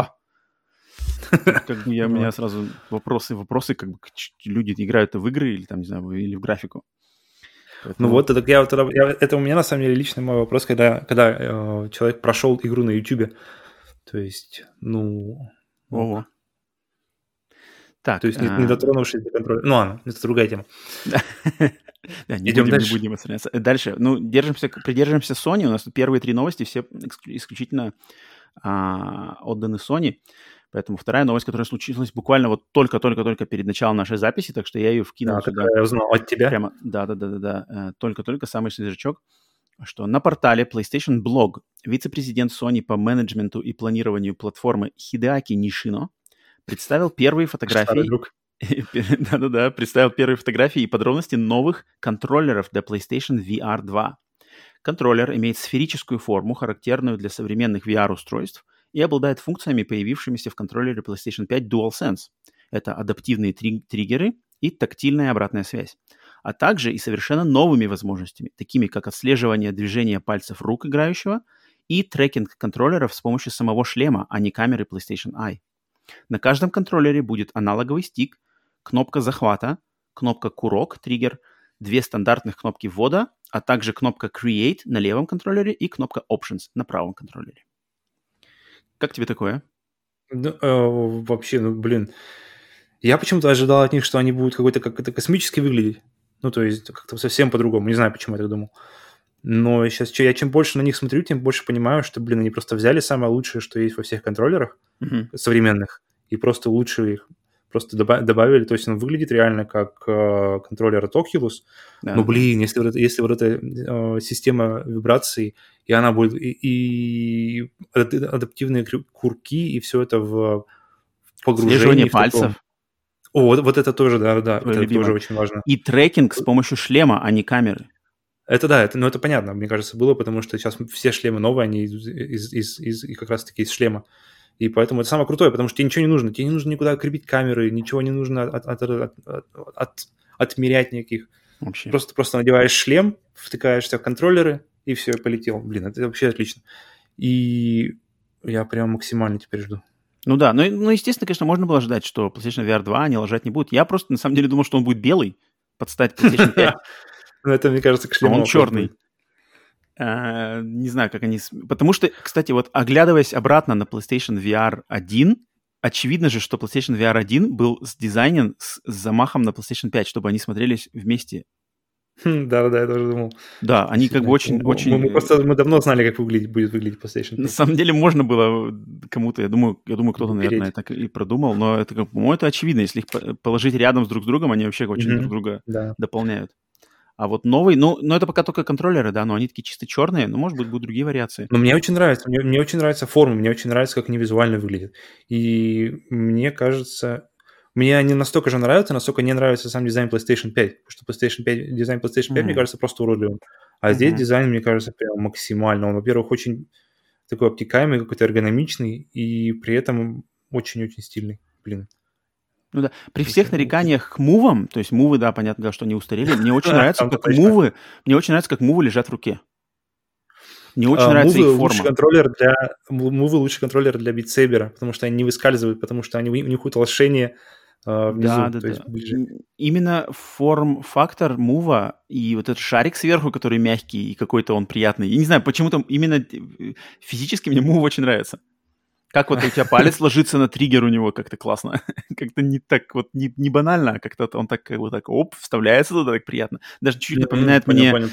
у меня сразу вопросы, как бы люди играют в игры или там, не знаю, или в графику. Поэтому... Ну вот, это у меня на самом деле личный мой вопрос, когда человек прошел игру на YouTube. То есть, Ого. Так, то есть не дотронувшись до контроля. Ну ладно, это другая тема. Идем дальше. Не будем отстраняться. Дальше. Придерживаемся Sony. У нас тут первые 3 новости все исключительно отданы Sony. Поэтому вторая новость, которая случилась буквально вот только перед началом нашей записи, так что я ее вкинул сюда. Я узнал от тебя. Прямо, да. Только самый свежачок, что на портале PlayStation Blog вице-президент Sony по менеджменту и планированию платформы Хидеаки Нишино представил первые фотографии. Представил первые фотографии и подробности новых контроллеров для PlayStation VR 2. Контроллер имеет сферическую форму, характерную для современных VR-устройств, и обладает функциями, появившимися в контроллере PlayStation 5 DualSense. Это адаптивные триггеры и тактильная обратная связь, а также и совершенно новыми возможностями, такими как отслеживание движения пальцев рук играющего и трекинг контроллеров с помощью самого шлема, а не камеры PlayStation Eye. На каждом контроллере будет аналоговый стик, кнопка захвата, кнопка курок, триггер, 2 стандартных кнопки ввода, а также кнопка Create на левом контроллере и кнопка Options на правом контроллере. Как тебе такое? Вообще, блин. Я почему-то ожидал от них, что они будут какой-то как-то космически выглядеть. Ну, то есть как-то совсем по-другому. Не знаю, почему я так думал. Но сейчас чем больше на них смотрю, тем больше понимаю, что, блин, они просто взяли самое лучшее, что есть во всех контроллерах современных, и просто лучше их просто добавили. То есть он выглядит реально как контроллер от Oculus. Да. Но, блин, если вот эта система вибраций, и она будет и адаптивные курки, и все это в погружении. Слеживание пальцев. Вот это тоже, да, это тоже очень важно. И трекинг с помощью шлема, а не камеры. Это да, это понятно, мне кажется, было, потому что сейчас все шлемы новые, они из как раз-таки из шлема. И поэтому это самое крутое, потому что тебе ничего не нужно. Тебе не нужно никуда крепить камеры, ничего не нужно отмерять никаких. Вообще. Просто надеваешь шлем, втыкаешься в контроллеры, и все, полетел. Блин, это вообще отлично. И я прям максимально теперь жду. Ну да, ну естественно, конечно, можно было ждать, что PlayStation VR 2 они лажать не будут. Я просто на самом деле думал, что он будет белый, под стать PlayStation 5. Ну это, мне кажется, к шлему. Он черный. Не знаю, как они... Потому что, кстати, вот оглядываясь обратно на PlayStation VR 1, очевидно же, что PlayStation VR 1 был сдизайнен с замахом на PlayStation 5, чтобы они смотрелись вместе. Да-да-да, я тоже думал. Да, они как бы очень... Мы давно знали, как будет выглядеть PlayStation 5. На самом деле можно было кому-то, я думаю, кто-то, наверное, так и продумал, но это, по-моему, это очевидно. Если их положить рядом с друг с другом, они вообще очень друг друга дополняют. А вот новый, но это пока только контроллеры, да, но они такие чисто черные, но, может быть, будут другие вариации. Но мне очень нравится, мне очень нравится форма, мне очень нравится, как они визуально выглядят. И мне кажется, мне они настолько же нравятся, насколько не нравится сам дизайн PlayStation 5. Потому что дизайн PlayStation 5, мне кажется, просто уродливым. А здесь дизайн, мне кажется, прям максимально. Он, во-первых, очень такой обтекаемый, какой-то эргономичный, и при этом очень-очень стильный. Блин. Ну да, при всех нареканиях к мувам, то есть мувы, да, понятно, что они устарели, мне очень нравится, как мувы лежат в руке. Мне очень нравится их форма. Мувы лучший контроллер для Beat Saber, потому что они не выскальзывают, потому что у них утолщение внизу. Да. Именно форм-фактор мува и вот этот шарик сверху, который мягкий и какой-то он приятный. Я не знаю, почему-то именно физически мне мув очень нравится. Как вот у тебя палец ложится на триггер у него, как-то классно. Как-то не так вот, не банально, а как-то он так вот так, вставляется туда, так приятно. Даже чуть-чуть напоминает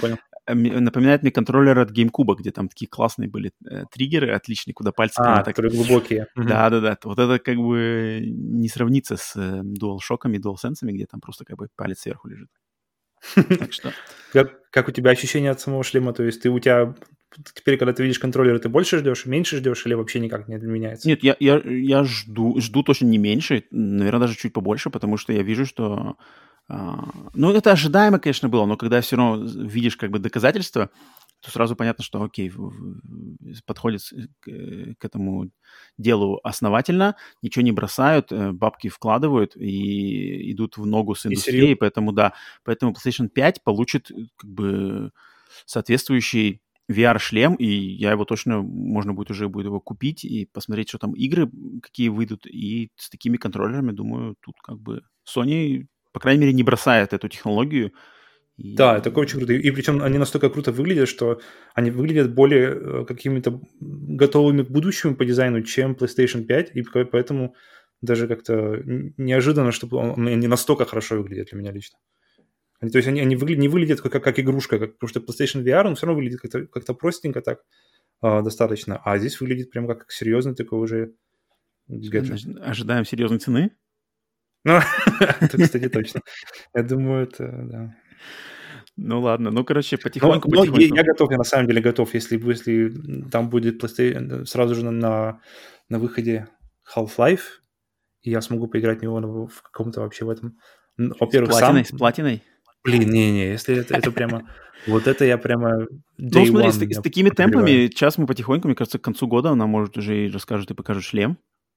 мне контроллер от GameCube, где там такие классные были триггеры, отличные, куда пальцы прямо так... которые глубокие. Да. Вот это как бы не сравнится с DualShock'ами, DualSense'ами, где там просто как бы палец сверху лежит. Так что... Как у тебя ощущения от самого шлема? То есть у тебя теперь, когда ты видишь контроллер, ты больше ждешь, меньше ждешь или вообще никак не меняется? Нет, я жду точно не меньше, наверное, даже чуть побольше, потому что я вижу, что... Ну, это ожидаемо, конечно, было, но когда все равно видишь как бы доказательства, то сразу понятно, что окей, подходит к этому делу основательно, ничего не бросают, бабки вкладывают и идут в ногу с индустрией, поэтому PlayStation 5 получит как бы соответствующий VR-шлем, и я его точно, можно будет его купить и посмотреть, что там игры какие выйдут, и с такими контроллерами, думаю, тут как бы Sony, по крайней мере, не бросает эту технологию. Да, это очень круто. И причем они настолько круто выглядят, что они выглядят более какими-то готовыми к будущему по дизайну, чем PlayStation 5, и поэтому даже как-то неожиданно, что они настолько хорошо выглядят для меня лично. То есть они не выглядят как игрушка, потому что PlayStation VR, он все равно выглядит как-то простенько так достаточно, а здесь выглядит прям как серьезный такой уже гаджет. Ожидаем серьезной цены? Ну, это, кстати, точно. Я думаю, это, да. Ну ладно, короче, потихоньку. Я готов, я на самом деле готов, если там будет PlayStation сразу же на выходе Half-Life, и я смогу поиграть в него в каком-то вообще в этом... Во-первых, с платиной? Блин, не, если это прямо... Вот это я прямо... Ну, смотри, с такими темпами, сейчас мы потихоньку, мне кажется, к концу года она может уже и расскажет и покажет шлем.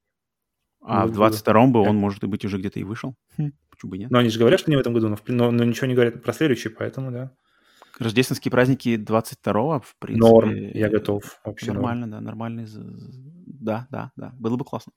А в 22-м бы он, может быть, уже где-то и вышел. Почему бы нет? Но они же говорят, что не в этом году, но ничего не говорят про следующий, поэтому, да. Рождественские праздники 22-го, в принципе... Норм, я готов. Вообще нормально, да, нормальный... Да, было бы классно.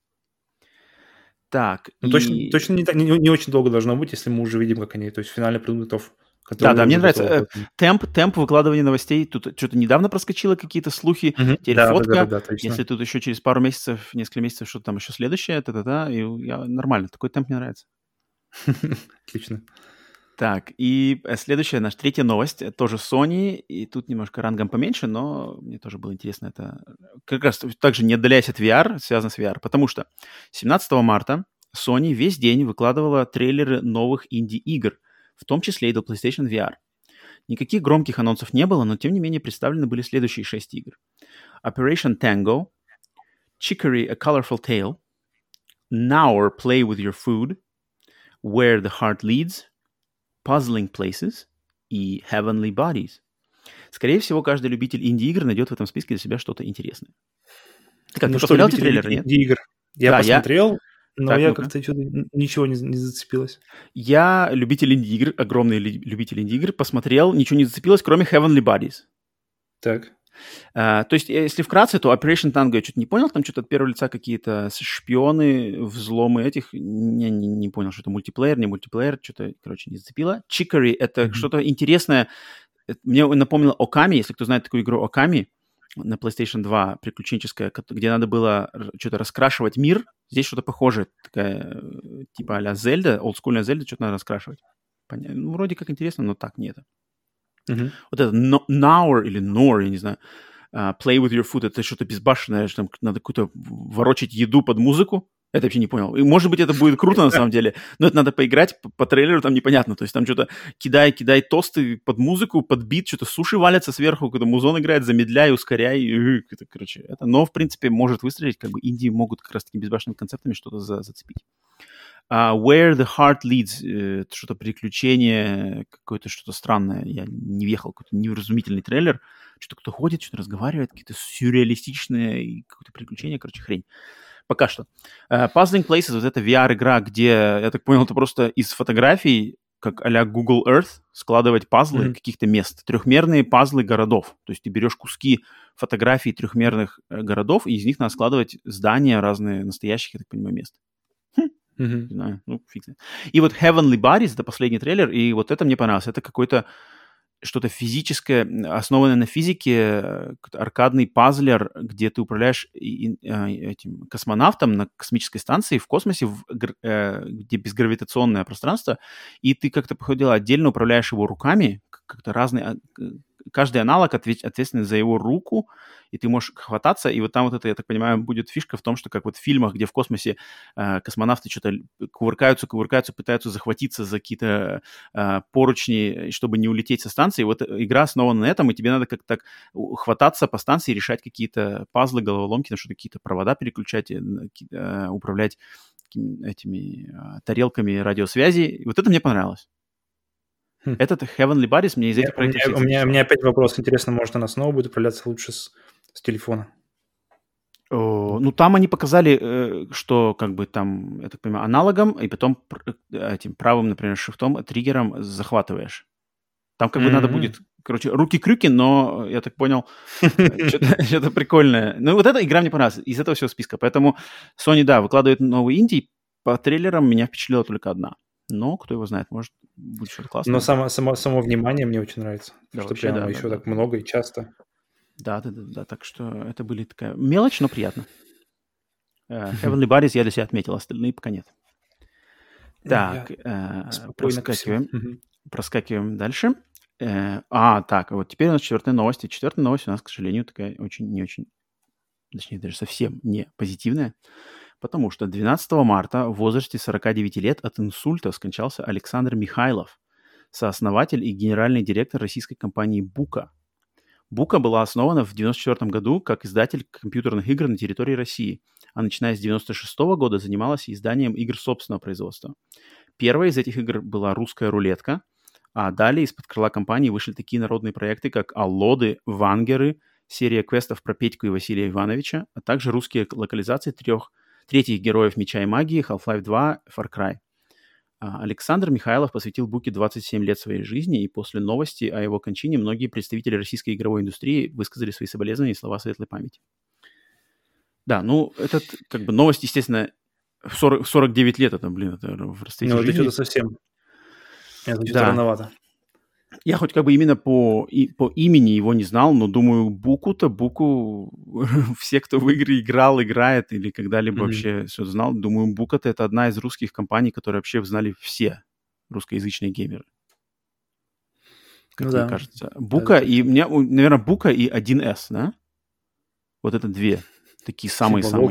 Так, точно не очень долго должно быть, если мы уже видим, как они... То есть финальный продукт готов. Да, мне нравится темп выкладывания новостей. Тут что-то недавно проскочило, какие-то слухи, теперь фотка. Да, если тут еще через пару месяцев, несколько месяцев, что-то там еще следующее, и нормально, такой темп мне нравится. Отлично. Так, и следующая, наша третья новость, тоже Sony, и тут немножко рангом поменьше, но мне тоже было интересно это... Как раз также не отдаляясь от VR, связано с VR, потому что 17 марта Sony весь день выкладывала трейлеры новых инди-игр, в том числе и до PlayStation VR. Никаких громких анонсов не было, но тем не менее представлены были следующие 6 игр. Operation Tango, Chicory A Colorful Tale, Now Play With Your Food, Where the Heart Leads, Puzzling Places и Heavenly Bodies. Скорее всего, каждый любитель инди-игр найдет в этом списке для себя что-то интересное. Ты посмотрел эти трейлеры, нет? Инди-игр. Я посмотрел, но я как-то ничего не зацепилось. Я любитель инди-игр, огромный любитель инди-игр, посмотрел, ничего не зацепилось, кроме Heavenly Bodies. Так. То есть, если вкратце, то Operation Tango я что-то не понял, там что-то от первого лица какие-то шпионы, взломы этих, не понял, что это мультиплеер, не мультиплеер, что-то, короче, не зацепило. Chicory — это что-то интересное, Мне напомнило Оками, если кто знает такую игру Оками на PlayStation 2, приключенческая, где надо было что-то раскрашивать мир. Здесь что-то похожее, такая типа а-ля Зельда, олдскульная Зельда, что-то надо раскрашивать. Ну, вроде как интересно, но так не это. Вот это Nour или Nor, я не знаю, Play with your food, это что-то безбашенное, что там надо какую-то ворочать еду под музыку. Это вообще не понял. И, может быть, это будет круто на самом деле, но это надо поиграть, по трейлеру там непонятно. То есть там что-то кидай тосты под музыку, под бит, что-то суши валятся сверху, когда музон играет, замедляй, ускоряй. Это, короче, это, но, в принципе, может выстрелить, как бы инди могут как раз такими безбашенными концептами что-то зацепить. Where the Heart Leads, что-то приключение, какое-то что-то странное. Я не въехал, какой-то невразумительный трейлер. Что-то кто ходит, что-то разговаривает, какие-то сюрреалистичные, какое-то приключение, короче, хрень. Пока что. Puzzling Places, вот эта VR-игра, где, я так понял, это просто из фотографий, как а-ля Google Earth, складывать пазлы каких-то мест. Трехмерные пазлы городов. То есть ты берешь куски фотографий трехмерных городов, и из них надо складывать здания разные, настоящих, я так понимаю, мест. Не знаю, ну, фиг знает. И вот Heavenly Bodies, это последний трейлер, и вот это мне понравилось. Это какой-то что-то физическое, основанное на физике, аркадный пазлер, где ты управляешь этим космонавтом на космической станции в космосе, где безгравитационное пространство, и ты как-то, походу, отдельно управляешь его руками, как-то разные, каждый аналог ответственный за его руку, и ты можешь хвататься, и вот там вот это, я так понимаю, будет фишка в том, что как вот в фильмах, где в космосе космонавты что-то кувыркаются, пытаются захватиться за какие-то поручни, чтобы не улететь со станции. Вот игра основана на этом, и тебе надо как-то так хвататься по станции, решать какие-то пазлы, головоломки, что-то какие-то провода переключать, управлять этими тарелками радиосвязи. И вот это мне понравилось. Этот Heavenly Bodies мне из этих проектов... У меня опять вопрос. Интересно, может, она снова будет управляться лучше с телефона? Ну, там они показали, что как бы там, я так понимаю, аналогом, и потом этим правым, например, шифтом, триггером захватываешь. Там как бы надо будет, короче, руки-крюки, но, я так понял, что-то прикольное. Ну, вот эта игра мне понравилась из этого всего списка. Поэтому Sony, да, выкладывает новый инди. По трейлерам меня впечатлила только одна. Но, кто его знает, может, будет что-то классное. Но само внимание мне очень нравится. Да, что вообще, прямо еще так много и часто. Да, так что это были такая мелочь, но приятно. Heavenly Bodies я для себя отметил, остальные пока нет. Так, проскакиваем дальше. Так, вот теперь у нас четвертая новость. И четвертая новость у нас, к сожалению, такая очень не очень, точнее, даже совсем не позитивная, потому что 12 марта в возрасте 49 лет от инсульта скончался Александр Михайлов, сооснователь и генеральный директор российской компании «Бука». Бука была основана в 1994 году как издатель компьютерных игр на территории России, а начиная с 1996 года занималась изданием игр собственного производства. Первой из этих игр была «Русская рулетка», а далее из-под крыла компании вышли такие народные проекты, как «Аллоды», «Вангеры», серия квестов про Петьку и Василия Ивановича, а также русские локализации третьих героев «Меча и магии», Half-Life 2, Far Cry. Александр Михайлов посвятил Буке 27 лет своей жизни, и после новости о его кончине многие представители российской игровой индустрии высказали свои соболезнования и слова светлой памяти. Да, ну, этот, как бы, новость, естественно, в 49 лет это, это в расцвете жизни. Ну, это что-то совсем. Это что-то рановато. Я хоть как бы именно по имени его не знал, но думаю, Буку все, кто в игры играл, играет или когда-либо вообще все знал, думаю, Бука-то это одна из русских компаний, которые вообще знали все русскоязычные геймеры. Как мне кажется. Бука и, наверное, Бука и 1С, да? Вот это две. Такие самые-самые.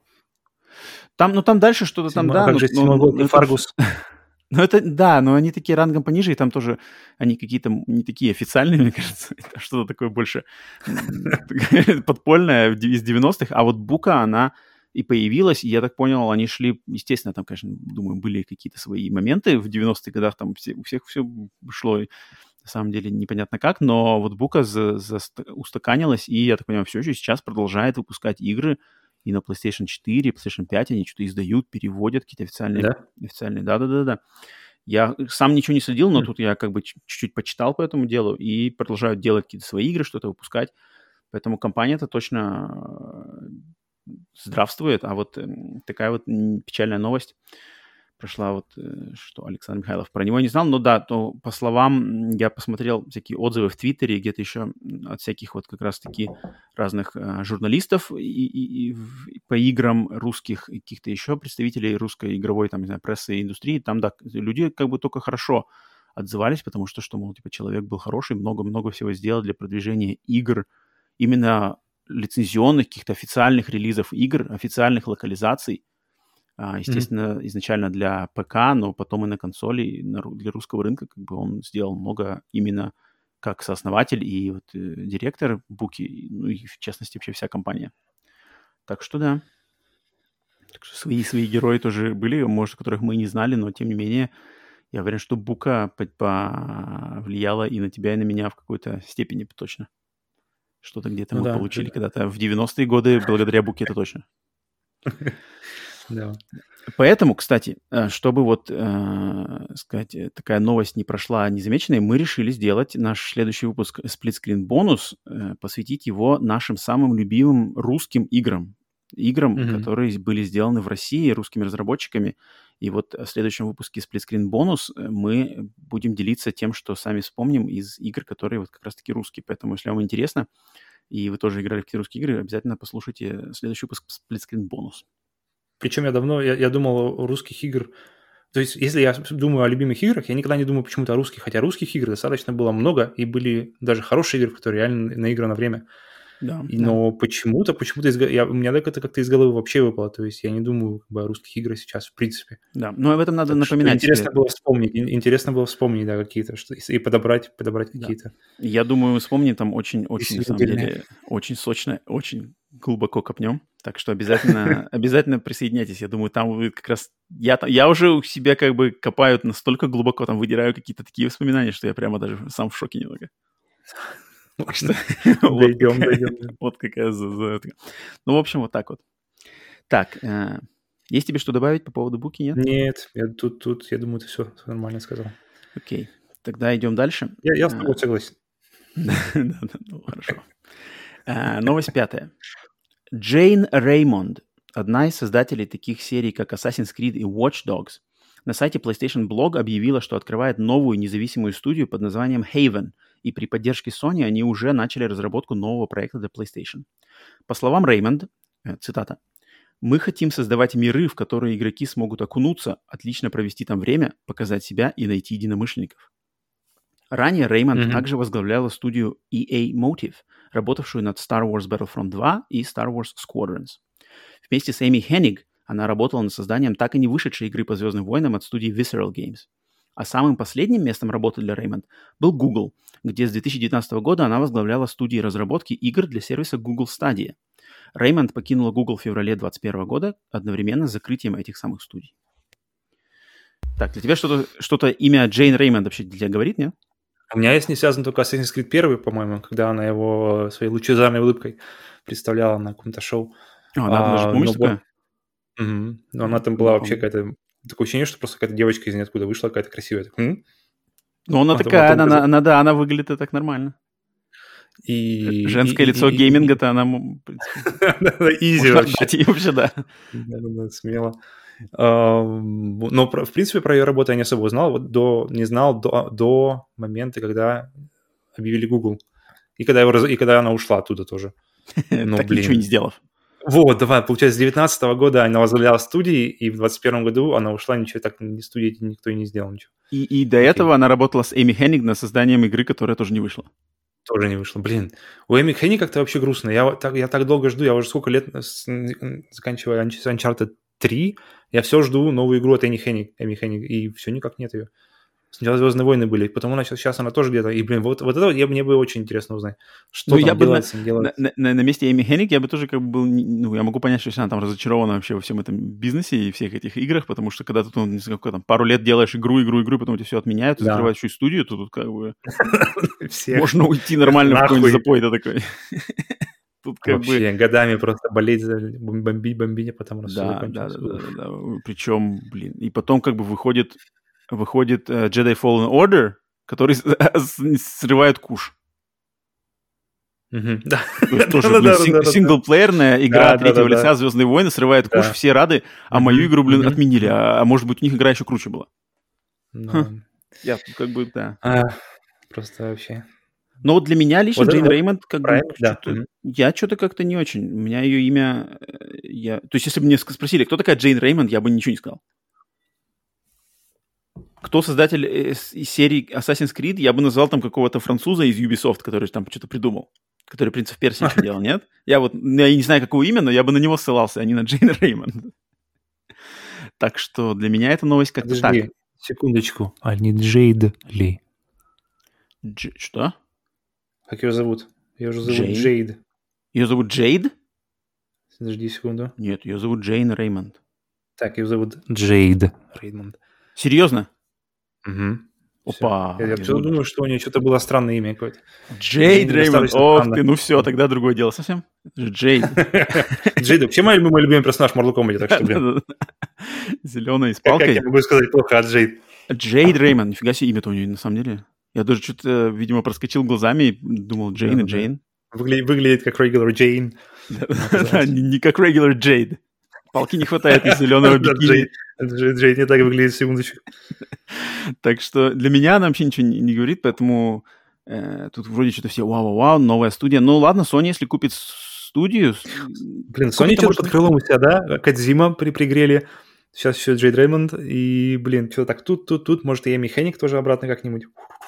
Там дальше что-то там, да. Как же Тимогок и Фаргус. Ну, это, да, но они такие рангом пониже, и там тоже они какие-то не такие официальные, мне кажется. Это что-то такое больше подпольное из 90-х. А вот Бука, она и появилась, и я так понял, они шли, естественно, там, конечно, думаю, были какие-то свои моменты в 90-х годах, там у всех все шло, на самом деле, непонятно как, но вот Бука устаканилась, и, я так понимаю, все еще сейчас продолжает выпускать игры, и на PlayStation 4, PlayStation 5 они что-то издают, переводят, какие-то официальные. Да. Я сам ничего не следил, но тут я как бы чуть-чуть почитал по этому делу и продолжают делать какие-то свои игры, что-то выпускать. Поэтому компания-то точно здравствует. А вот такая вот печальная новость прошла вот, что Александр Михайлов про него не знал, но да, то по словам, я посмотрел всякие отзывы в Твиттере, где-то еще от всяких вот как раз-таки разных журналистов и по играм русских, и каких-то еще представителей русской игровой, там, не знаю, прессы и индустрии, там, да, люди как бы только хорошо отзывались, потому что, мол, типа, человек был хороший, много-много всего сделал для продвижения игр, именно лицензионных, каких-то официальных релизов игр, официальных локализаций, естественно, изначально для ПК, но потом и на консоли, и для русского рынка, как бы он сделал много именно как сооснователь и вот директор Буки, ну и в частности вообще вся компания. Так что да. Так что свои герои тоже были, может, которых мы не знали, но тем не менее, я уверен, что Бука повлияла и на тебя, и на меня в какой-то степени точно. Что-то где-то мы получили когда-то в 90-е годы благодаря Буке, это точно. Да. Поэтому, кстати, чтобы вот, сказать, такая новость не прошла незамеченной, мы решили сделать наш следующий выпуск «Сплитскрин бонус», посвятить его нашим самым любимым русским играм, которые были сделаны в России русскими разработчиками. И вот в следующем выпуске «Сплитскрин бонус» мы будем делиться тем, что сами вспомним из игр, которые вот как раз-таки русские. Поэтому, если вам интересно, и вы тоже играли в какие-то русские игры, обязательно послушайте следующий выпуск «Сплитскрин бонус». Причем я давно, я думал о русских игр. То есть, если я думаю о любимых играх, я никогда не думаю почему-то о русских, хотя русских игр достаточно было много, и были даже хорошие игры, которые реально наиграны время. Да, но почему-то у меня это как-то из головы вообще выпало. То есть я не думаю как бы о русских играх сейчас в принципе. Да, но об этом надо напоминать. Интересно было вспомнить, да, какие-то, и подобрать какие-то. Я думаю, вспомнить там очень, на самом деле, очень сочно, очень глубоко копнем. Так что обязательно присоединяйтесь. Я думаю, там вы как раз... Я уже у себя как бы копаю настолько глубоко, там выдираю какие-то такие воспоминания, что я прямо даже сам в шоке немного. Дойдем. Вот какая загадка. Ну, в общем, вот так вот. Так, есть тебе что добавить по поводу Буки, нет? Нет, я думаю, ты все нормально сказал. Окей, тогда идем дальше. Я с тобой согласен. Да, ну хорошо. Новость 5. Джейн Реймонд, одна из создателей таких серий, как Assassin's Creed и Watch Dogs, на сайте PlayStation Blog объявила, что открывает новую независимую студию под названием Haven, и при поддержке Sony они уже начали разработку нового проекта для PlayStation. По словам Реймонд, цитата, «Мы хотим создавать миры, в которые игроки смогут окунуться, отлично провести там время, показать себя и найти единомышленников». Ранее Реймонд также возглавляла студию EA Motive, работавшую над Star Wars Battlefront 2 и Star Wars Squadrons. Вместе с Эми Хенниг она работала над созданием так и не вышедшей игры по Звездным войнам от студии Visceral Games. А самым последним местом работы для Реймонд был Google, где с 2019 года она возглавляла студии разработки игр для сервиса Google Stadia. Реймонд покинула Google в феврале 2021 года одновременно с закрытием этих самых студий. Так, для тебя что-то имя Джейн Реймонд вообще для тебя говорит, нет? У меня есть не связан только Assassin's Creed 1, по-моему, когда она его своей лучезарной улыбкой представляла на каком-то шоу. Да, даже помнишь такое? Но она там была вообще какая-то... Такое ощущение, что просто какая-то девочка из ниоткуда вышла, какая-то красивая. Ну, она такая, она выглядит так нормально. Женское лицо гейминга-то она... Изи вообще, да. Да, смело. Но, в принципе, про ее работу я не особо узнал. Не знал до момента, когда объявили Google. И когда она ушла оттуда тоже. Так ничего не сделав. Вот, давай, получается, с 2019 года она возглавляла студии, и в 2021 году она ушла, ничего так ни студии никто и не сделал ничего. И до этого она работала с Эми Хенниг над созданием игры, которая тоже не вышла. Тоже не вышло. Блин, у Эми Хенниг как-то вообще грустно. Я так долго жду, я уже сколько лет заканчиваю Uncharted 3, я все жду новую игру от Эми Хенниг, и все никак нет ее. Сначала «Звездные войны» были, потом сейчас она тоже где-то. И, блин, вот это мне бы очень интересно узнать, что там делается, не делается. На месте Эми Хенниг я бы тоже как бы был... Ну, я могу понять, что она там разочарована вообще во всем этом бизнесе и всех этих играх, потому что когда ты, не знаю, там, пару лет делаешь игру, потом тебе все отменяют, закрывают еще и студию, то тут как бы... Можно уйти нормально в какой-нибудь запой-то такой. Тут как вообще годами просто болеть, бомбить, а потом раз да. Причем, блин, и потом как бы выходит Jedi Fallen Order, который срывает куш. Да. То есть тоже, синглплеерная игра третьего лица «Звездные войны» срывает куш, все рады, а мою игру, отменили. А может быть, у них игра еще круче была. Я как бы, да. Просто вообще... Но вот для меня лично Джейн Реймонд, как бы, я что-то как-то не очень. У меня ее имя... То есть, если бы мне спросили, кто такая Джейн Реймонд, я бы ничего не сказал. Кто создатель из серии Assassin's Creed, я бы назвал там какого-то француза из Ubisoft, который там что-то придумал. Который «Принц в Персии» еще делал, нет? Я не знаю, какого именно, но я бы на него ссылался, а не на Джейн Реймонд. Так что для меня эта новость как-то так. Секундочку. А не Джейд ли? Что? Как ее зовут? Ее же зовут Джейд. Ее зовут Джейд? Подожди секунду. Нет, ее зовут Джейн Реймонд. Так, ее зовут Джейд Реймонд. Серьезно? Угу. Опа. Я все думаю, что у нее что-то было странное имя какое-то. Джейд Реймонд. Ох ты, ну все, тогда другое дело совсем. Джейд. Джейд. Вообще мой любимый персонаж Mortal Kombat, так что, блин. Зеленая с палкой. Как я могу сказать плохо от Джейд? Джейд Реймонд. Нифига себе имя-то у нее на самом деле. Я даже что-то, видимо, проскочил глазами и думал Джейн и Джейн. Выглядит как regular Джейн. Да, не как regular Джейд. Палки не хватает из зеленого бикини. Джейд не так выглядит, секундочку. Так что для меня она вообще ничего не говорит, поэтому тут вроде что-то все вау-вау, новая студия. Ну ладно, Sony, если купит студию... Блин, Sony что-то под крылом у себя, да? Кодзима пригрели. Сейчас еще Джейд Реймонд. И, блин, что-то так тут. Может, и Эми Хенник тоже обратно как-нибудь.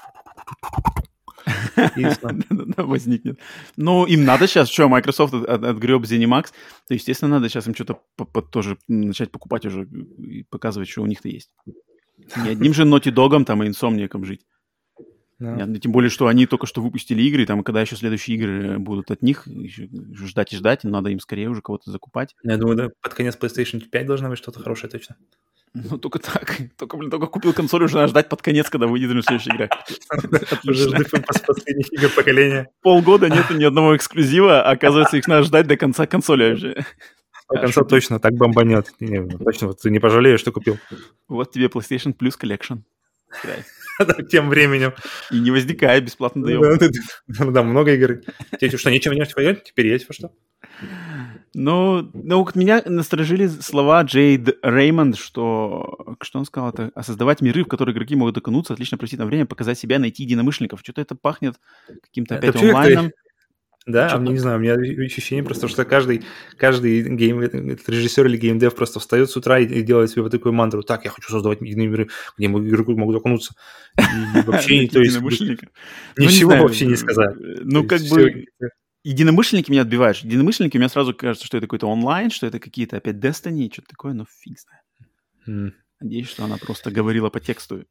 Возникнет. Ну, им надо сейчас, что, Microsoft отгреб ZeniMax, то, естественно, надо сейчас им что-то тоже начать покупать уже и показывать, что у них-то есть. Не одним же Naughty Dog'ом там и Insomniac'ом жить. Тем более, что они только что выпустили игры, там, когда еще следующие игры будут от них, еще ждать и ждать, надо им скорее уже кого-то закупать. Я думаю, да, под конец PlayStation 5 должна быть что-то хорошее точно. Ну, только так. Только купил консоль, уже надо ждать под конец, когда выйдет следующая игра. Уже жду последних игр поколения. Полгода нету ни одного эксклюзива, а оказывается, их надо ждать до конца консоли вообще. До конца точно, так бомбанет. Точно, ты не пожалеешь, что купил. Вот тебе PlayStation Plus Collection. Тем временем. И не возникает, бесплатно даем. Да, много игр. Тебе что, нечего не пойдет? Теперь есть во что? Ну, меня насторожили слова Джейд Реймонд, что он сказал, это создавать миры, в которые игроки могут окунуться, отлично провести там время, показать себя, найти единомышленников. Что-то это пахнет каким-то опять онлайном. Да, не знаю, у меня ощущение просто, что каждый режиссер или геймдев просто встает с утра и делает себе вот такую мантру. Так, я хочу создавать единые миры, где игроки могут окунуться. И вообще, то есть, ничего вообще не сказать. Ну, как бы... Единомышленники меня отбивают. Единомышленники, у меня сразу кажется, что это какой-то онлайн, что это какие-то опять Destiny, что-то такое, но фиг знает. Надеюсь, что она просто говорила по тексту.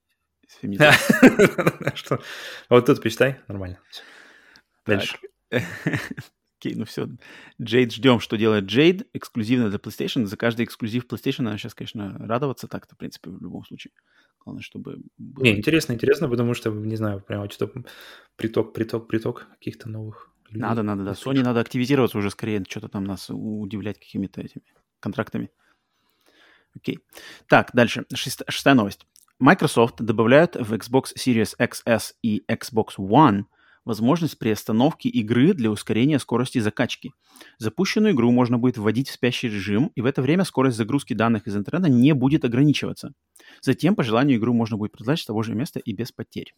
Вот тут почитай, нормально. Дальше. Окей, ну все. Джейд ждем, что делает Джейд, эксклюзивно для PlayStation. За каждый эксклюзив PlayStation надо сейчас, конечно, радоваться так-то, в принципе, в любом случае. Главное, чтобы... Не, интересно, потому что, не знаю, прямо что-то приток каких-то новых... Надо, да. Sony надо активизироваться уже скорее, что-то там нас удивлять какими-то этими контрактами. Окей. Так, дальше. Шестая новость. Microsoft добавляют в Xbox Series XS и Xbox One возможность приостановки игры для ускорения скорости закачки. Запущенную игру можно будет вводить в спящий режим, и в это время скорость загрузки данных из интернета не будет ограничиваться. Затем, по желанию, игру можно будет продолжать с того же места и без потерь.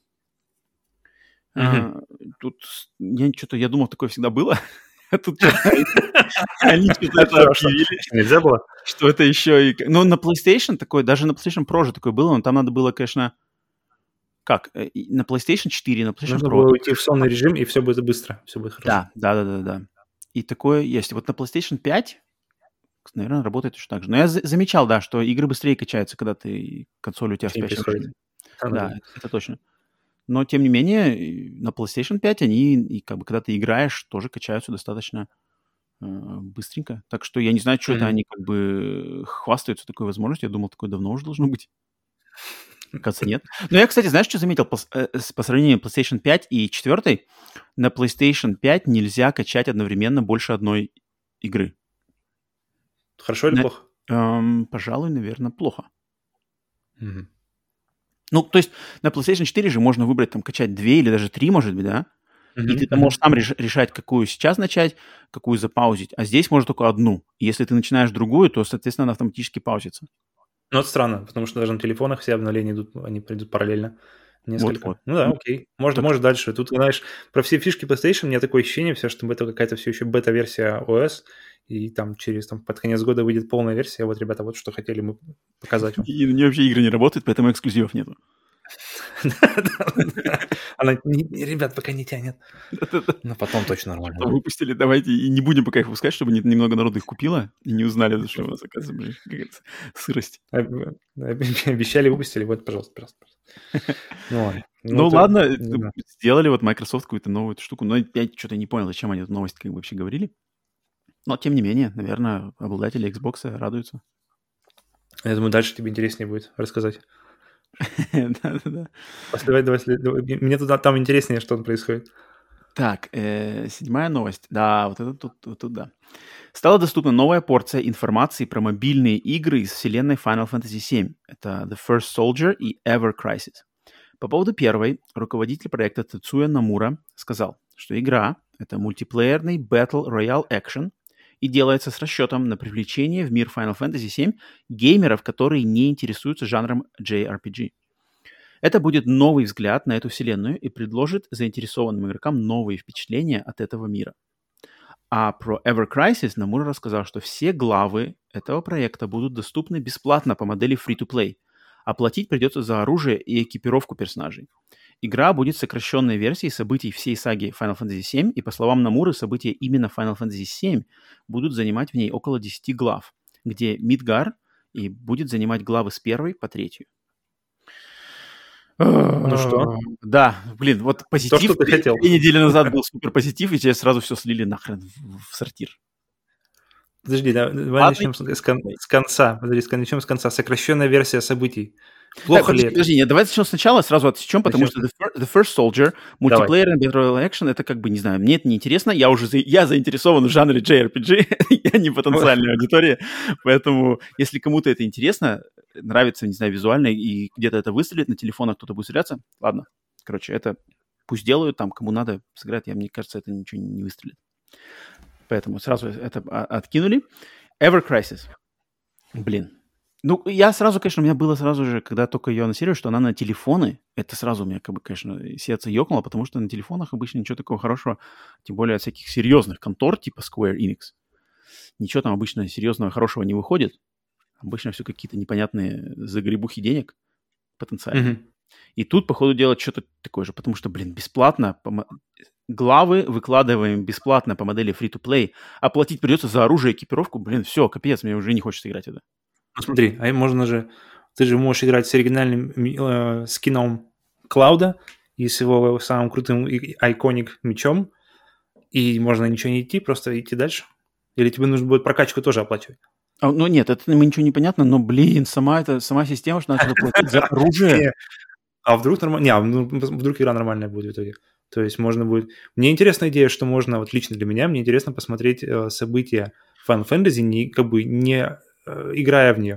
Тут я думал, такое всегда было. Тут они что-то объявили. Нельзя было? Что это еще и... Ну, на PlayStation такое, даже на PlayStation Pro же такое было, но там надо было, конечно... Как? На PlayStation 4, на PlayStation Pro... Нужно было уйти в сонный режим, и все будет быстро, все будет хорошо. Да. И такое есть. Вот на PlayStation 5, наверное, работает точно так же. Но я замечал, да, что игры быстрее качаются, когда консоль у тебя в спящем режиме. Да, это точно. Но, тем не менее, на PlayStation 5 они, как бы, когда ты играешь, тоже качаются достаточно быстренько. Так что я не знаю, что это они как бы хвастаются такой возможностью. Я думал, такое давно уже должно быть. Кажется, нет. Но я, кстати, знаешь, что заметил? По сравнению PlayStation 5 и 4, на PlayStation 5 нельзя качать одновременно больше одной игры. Хорошо или плохо? Пожалуй, наверное, плохо. Ну, то есть на PlayStation 4 же можно выбрать, там, качать 2 или даже 3, может быть, да? И ты можешь сам решать, какую сейчас начать, какую запаузить. А здесь можно только одну. И если ты начинаешь другую, то, соответственно, она автоматически паузится. Ну, это странно, потому что даже на телефонах все обновления идут, они придут параллельно. Несколько. Вот. Ну да, окей. Может дальше. Тут, знаешь, про все фишки PlayStation у меня такое ощущение, все, что это какая-то все еще бета-версия OS, и там под конец года выйдет полная версия. Вот, ребята, вот что хотели мы показать вам. И на нее вообще игры не работают, поэтому эксклюзивов нету. Она, ребят, пока не тянет. Но потом точно нормально. Выпустили, давайте, и не будем пока их выпускать, чтобы немного народу их купило и не узнали, что у нас, оказывается, какая-то сырость. Обещали, выпустили, вот, пожалуйста. Ну ладно. Ну ладно, сделали вот Microsoft какую-то новую штуку, но я что-то не понял, зачем они эту новость как бы вообще говорили. Но, тем не менее, наверное, обладатели Xbox радуются. Я думаю, дальше тебе интереснее будет рассказать. Да. Давай. Мне там интереснее, что там происходит. Так, 7-я новость. Да, вот это тут да. Стала доступна новая порция информации про мобильные игры из вселенной Final Fantasy VII. Это The First Soldier и Ever Crisis. По поводу первой, руководитель проекта Тецуя Намура сказал, что игра — это мультиплеерный Battle Royale Action и делается с расчетом на привлечение в мир Final Fantasy VII геймеров, которые не интересуются жанром JRPG. Это будет новый взгляд на эту вселенную и предложит заинтересованным игрокам новые впечатления от этого мира. А про Ever Crisis Намура рассказал, что все главы этого проекта будут доступны бесплатно по модели Free-to-Play. Оплатить придется за оружие и экипировку персонажей. Игра будет сокращенной версией событий всей саги Final Fantasy VII, и, по словам Намуры, события именно Final Fantasy VII будут занимать в ней около 10 глав, где Мидгар и будет занимать главы с 1 по 3. Ну что? Да, блин, вот позитив. То, что ты хотел. 2 недели назад был супер позитив, и сейчас сразу все слили нахрен в сортир. Подожди, давай начнем с конца. Начнем с конца. Сокращенная версия событий. Плохо ли это? Подожди, давай начнем сначала, сразу отсечем, потому что The First Soldier, мультиплеер Battle Royale Action, это как бы, не знаю, мне это не интересно, я заинтересован в жанре JRPG, я не потенциальная аудитория, поэтому если кому-то это интересно, нравится, не знаю, визуально, и где-то это выстрелит, на телефонах кто-то будет стреляться, ладно, короче, это пусть делают, там, кому надо, сыграть, мне кажется, это ничего не выстрелит. Поэтому сразу это откинули. Ever Crisis. Блин. Ну, я сразу, конечно, у меня было сразу же, когда только ее анонсировали, что она на телефоны, это сразу у меня, как бы, конечно, сердце ёкнуло, потому что на телефонах обычно ничего такого хорошего, тем более от всяких серьезных контор, типа Square Enix, ничего там обычно серьезного хорошего не выходит. Обычно все какие-то непонятные загребухи денег потенциально. И тут, по ходу дела, что-то такое же, потому что, блин, бесплатно, главы выкладываем бесплатно по модели Free-to-Play, оплатить придется за оружие и экипировку, блин, все, капец, мне уже не хочется играть это. Ну смотри, можно же, ты же можешь играть с оригинальным скином Клауда и с его самым крутым айконик мечом, и можно ничего не идти, просто идти дальше. Или тебе нужно будет прокачку тоже оплачивать? Ну нет, это мы ничего не понятно, но, блин, сама система, что надо платить за оружие. А вдруг вдруг игра нормальная будет в итоге? То есть можно будет... Мне интересная идея, что можно, вот лично для меня, мне интересно посмотреть события Final Fantasy, не играя в нее.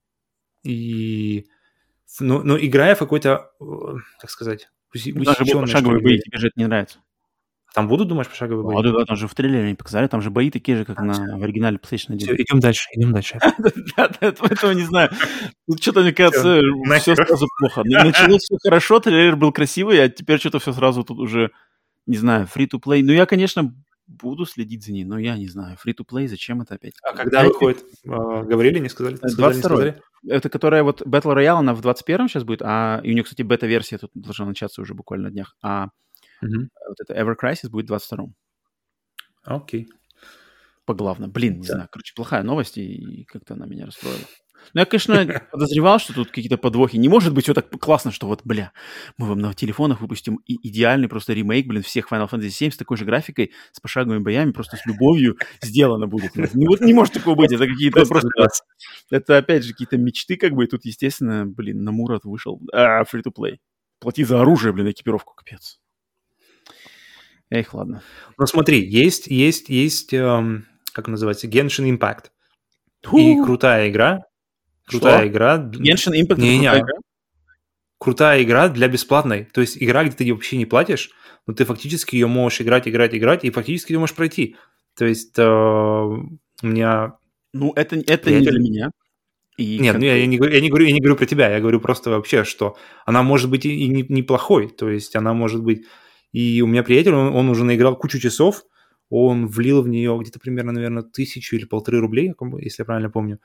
Но играя в какой-то, так сказать, усеченный... Пошаговые бои, тебе же это не нравится. Там будут, думаешь, пошаговые бои? Да, там же в трейлере показали, там же бои такие же, как в оригинале PlayStation 1. Все, идем дальше. Да, этого не знаю. Тут что-то, мне кажется, все сразу плохо. Началось все хорошо, трейлер был красивый, а теперь что-то все сразу тут уже, не знаю, free-to-play. Ну, я, конечно, буду следить за ней, но я не знаю. Free-to-play, зачем это опять? А когда выходит? Говорили, не сказали? 22-й. Это которая вот Battle Royale, она в 21-м сейчас будет, и у нее, кстати, бета-версия тут должна начаться уже буквально на днях, вот это Ever Crisis будет в 22-м. Окей. Поглавно. Блин, не знаю. Короче, плохая новость, и как-то она меня расстроила. Ну, я, конечно, подозревал, что тут какие-то подвохи. Не может быть все так классно, что вот, мы вам на телефонах выпустим идеальный просто ремейк, всех Final Fantasy VII с такой же графикой, с пошаговыми боями, просто с любовью сделано будет. Не может такого быть. Это какие-то просто... Это, опять же, какие-то мечты, как бы, и тут, естественно, Намура вышел. Free-to-play. Плати за оружие, экипировку, капец. Эх, ладно. Ну, смотри, есть как называется, Genshin Impact. И крутая игра. Крутая игра. Genshin Impact — это крутая игра? крутая игра для бесплатной. То есть игра, где ты вообще не платишь, но ты фактически ее можешь играть, и фактически ее можешь пройти. То есть у меня... Ну, это не для меня. И Нет, я не говорю про тебя, я говорю просто вообще, что она может быть и неплохой, то есть она может быть... И у меня приятель, он уже наиграл кучу часов, он влил в нее где-то примерно, наверное, 1000 или 1500 рублей, если я правильно помню.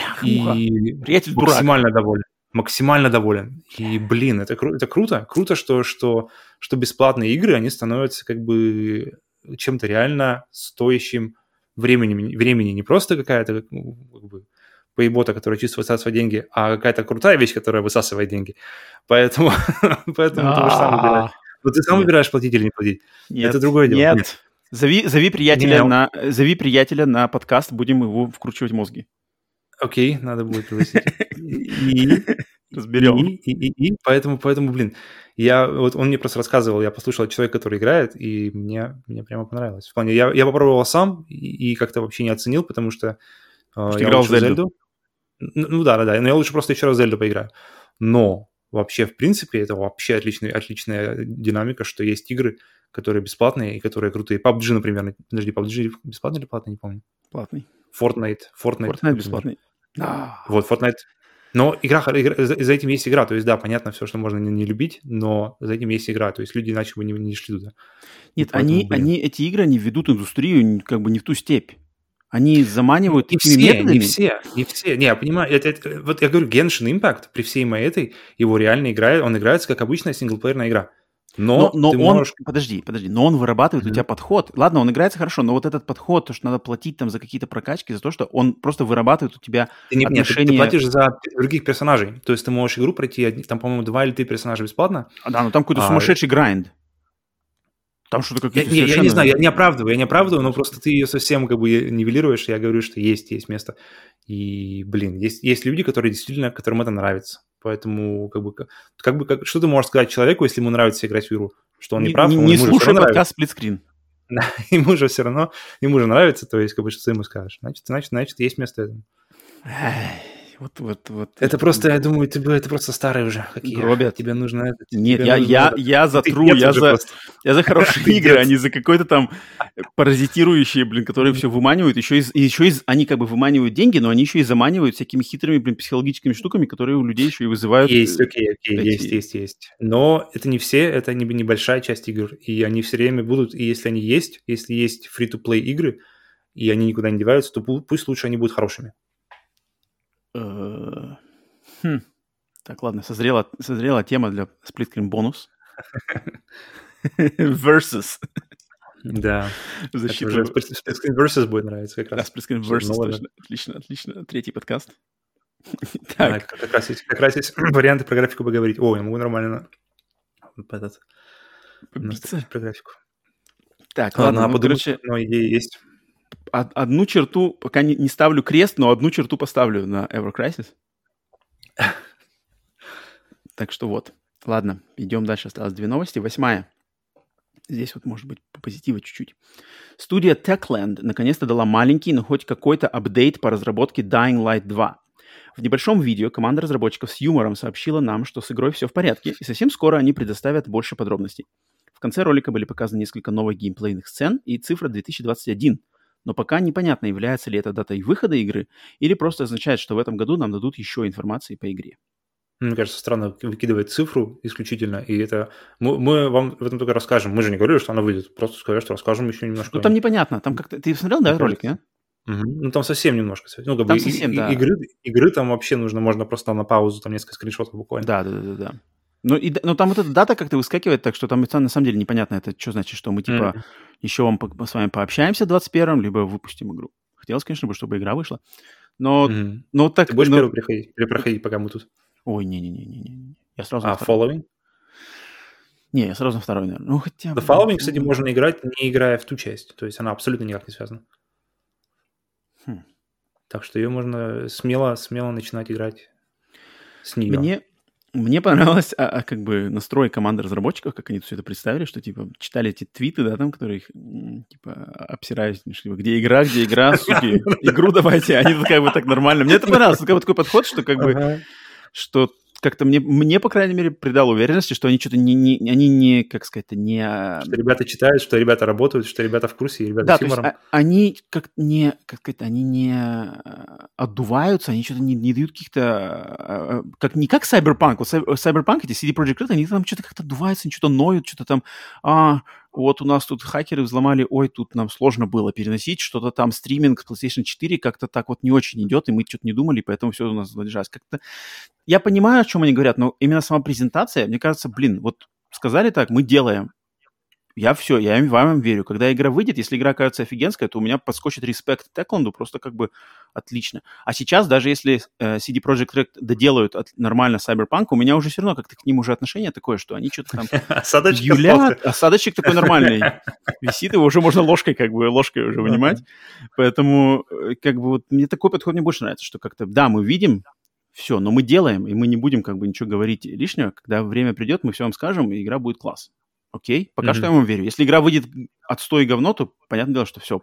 И приятель максимально доволен. И, блин, это круто. Круто, что бесплатные игры, они становятся как бы чем-то реально стоящим времени. Не просто какая-то как бы поебота, которая чисто высасывает деньги, а какая-то крутая вещь, которая высасывает деньги. Поэтому ты можешь сам выбирать. Но ты сам выбираешь, платить или не платить. Нет, это другое дело. Нет. Зови приятеля на подкаст, будем его вкручивать мозги. Окей, надо будет пригласить. Разберем. И поэтому, блин, он мне просто рассказывал, я послушал человека, который играет, и мне прямо понравилось. В плане, я попробовал сам и как-то вообще не оценил, потому что я играл в Зельду. Ну да, но я лучше просто еще раз в Зельду поиграю. Но вообще, в принципе, это вообще отличная динамика, что есть игры, которые бесплатные и которые крутые. PUBG, например. Подожди, PUBG бесплатный или платный, не помню. Платный. Fortnite бесплатный. Вот, Fortnite. Но за этим есть игра. То есть, да, понятно все, что можно не любить, но за этим есть игра. То есть люди иначе бы не шли туда. Нет, эти игры, они ведут индустрию как бы не в ту степь. Они заманивают такими методами. Не все. Не, я понимаю. Вот я говорю, Genshin Impact, при всей моей этой, его реально играет, он играется как обычная синглплеерная игра. Но ты можешь... Подожди, но он вырабатывает у тебя подход. Ладно, он играется хорошо, но вот этот подход, то, что надо платить там за какие-то прокачки, за то, что он просто вырабатывает у тебя отношения... Ты платишь за других персонажей. То есть ты можешь игру пройти, там, по-моему, 2 или 3 персонажа бесплатно. Да, но там какой-то сумасшедший грайнд. Там что-то какие-то совершенно... Я не знаю, я не оправдываю, но просто ты ее совсем как бы нивелируешь, я говорю, что есть место. И, блин, есть люди, которым это нравится. Поэтому что ты можешь сказать человеку, если ему нравится играть в игру? Что он не прав? Не слушай подкаст «Сплитскрин». Ему же все равно, нравится, то есть, как бы, что ты ему скажешь. Значит, есть место этому. Вот. Это просто, я думаю, это просто старый уже. Гробят. Тебе нужно это. Нет, я за хорошие игры, а не за какой-то там паразитирующие, которые все выманивают. Они как бы выманивают деньги, но они еще и заманивают всякими хитрыми, психологическими штуками, которые у людей еще и вызывают... Есть. Но это не все, это небольшая часть игр. И они все время будут, и если есть free-to-play игры, и они никуда не деваются, то пусть лучше они будут хорошими. Так, ладно, созрела тема для Split Screen бонус. Versus. Да. Защита. Split Screen Versus будет нравиться как раз. Да, Split Screen Versus, точно. Отлично. Третий подкаст. Так. Как раз есть варианты про графику поговорить. О, я могу нормально побиться про графику. Так, ладно, короче... Но идеи есть. Одну черту, пока не ставлю крест, но одну черту поставлю на Ever Crisis. Так что вот. Ладно, идем дальше. Осталось 2 новости. 8-я. Здесь вот, может быть, по позитиву чуть-чуть. Студия Techland наконец-то дала маленький, но хоть какой-то апдейт по разработке Dying Light 2. В небольшом видео команда разработчиков с юмором сообщила нам, что с игрой все в порядке, и совсем скоро они предоставят больше подробностей. В конце ролика были показаны несколько новых геймплейных сцен и цифра 2021. Но пока непонятно, является ли это датой выхода игры или просто означает, что в этом году нам дадут еще информации по игре. Мне кажется, странно выкидывать цифру исключительно, и это... Мы вам в этом только расскажем. Мы же не говорили, что она выйдет, просто сказали, что расскажем еще немножко. Ну, там непонятно. Там как-то... Ты смотрел, да, ролик, нет? Ну, там совсем немножко. Ну, как там бы совсем, да. Игры там вообще можно просто на паузу, там несколько скриншотов буквально. Да. Но там вот эта дата как-то выскакивает, так что там на самом деле непонятно, это что значит, что мы типа еще с вами пообщаемся в 21-м, либо выпустим игру. Хотелось, конечно, чтобы игра вышла. Но так... Ты будешь первый проходить, пока мы тут? Ой, не. Я сразу на второй. Following? Не, я сразу на второй, наверное. Ну, хотя бы... The Following, кстати, можно играть, не играя в ту часть. То есть она абсолютно никак не связана. Так что ее можно смело начинать играть с нее. Мне понравилось как бы настрой команды разработчиков, как они все это представили, что типа читали эти твиты, да, там, которые их типа обсирают, типа, где игра, суки, игру давайте, они тут как бы так нормально. Мне это понравилось, такой подход, что как бы, что как-то мне, по крайней мере, придало уверенности, что они что-то не, как сказать, не... Что ребята читают, что ребята работают, что ребята в курсе, и ребята да, с юмором. То есть они они не отдуваются, они что-то не дают каких-то... не как Cyberpunk. Вот Cyberpunk, эти CD Projekt Red, они там что-то как-то отдуваются, они что-то ноют, что-то там... Вот у нас тут хакеры взломали, тут нам сложно было переносить, что-то там стриминг PlayStation 4 как-то так вот не очень идет, и мы что-то не думали, поэтому все у нас задержалось. Как-то... Я понимаю, о чем они говорят, но именно сама презентация, мне кажется, вот сказали так, мы делаем. Я вам верю. Когда игра выйдет, если игра кажется офигенская, то у меня подскочит респект Techland, просто как бы отлично. А сейчас, даже если CD Projekt Red доделают нормально Cyberpunk, у меня уже все равно как-то к ним уже отношение такое, что они что-то там юлят. Осадочек такой нормальный висит, его уже можно ложкой уже вынимать. Поэтому как бы вот мне такой подход мне больше нравится, что как-то, да, мы видим все, но мы делаем, и мы не будем как бы ничего говорить лишнего. Когда время придет, мы все вам скажем, и игра будет класс. Окей, пока что я вам верю. Если игра выйдет отстой и говно, то понятное дело, что все.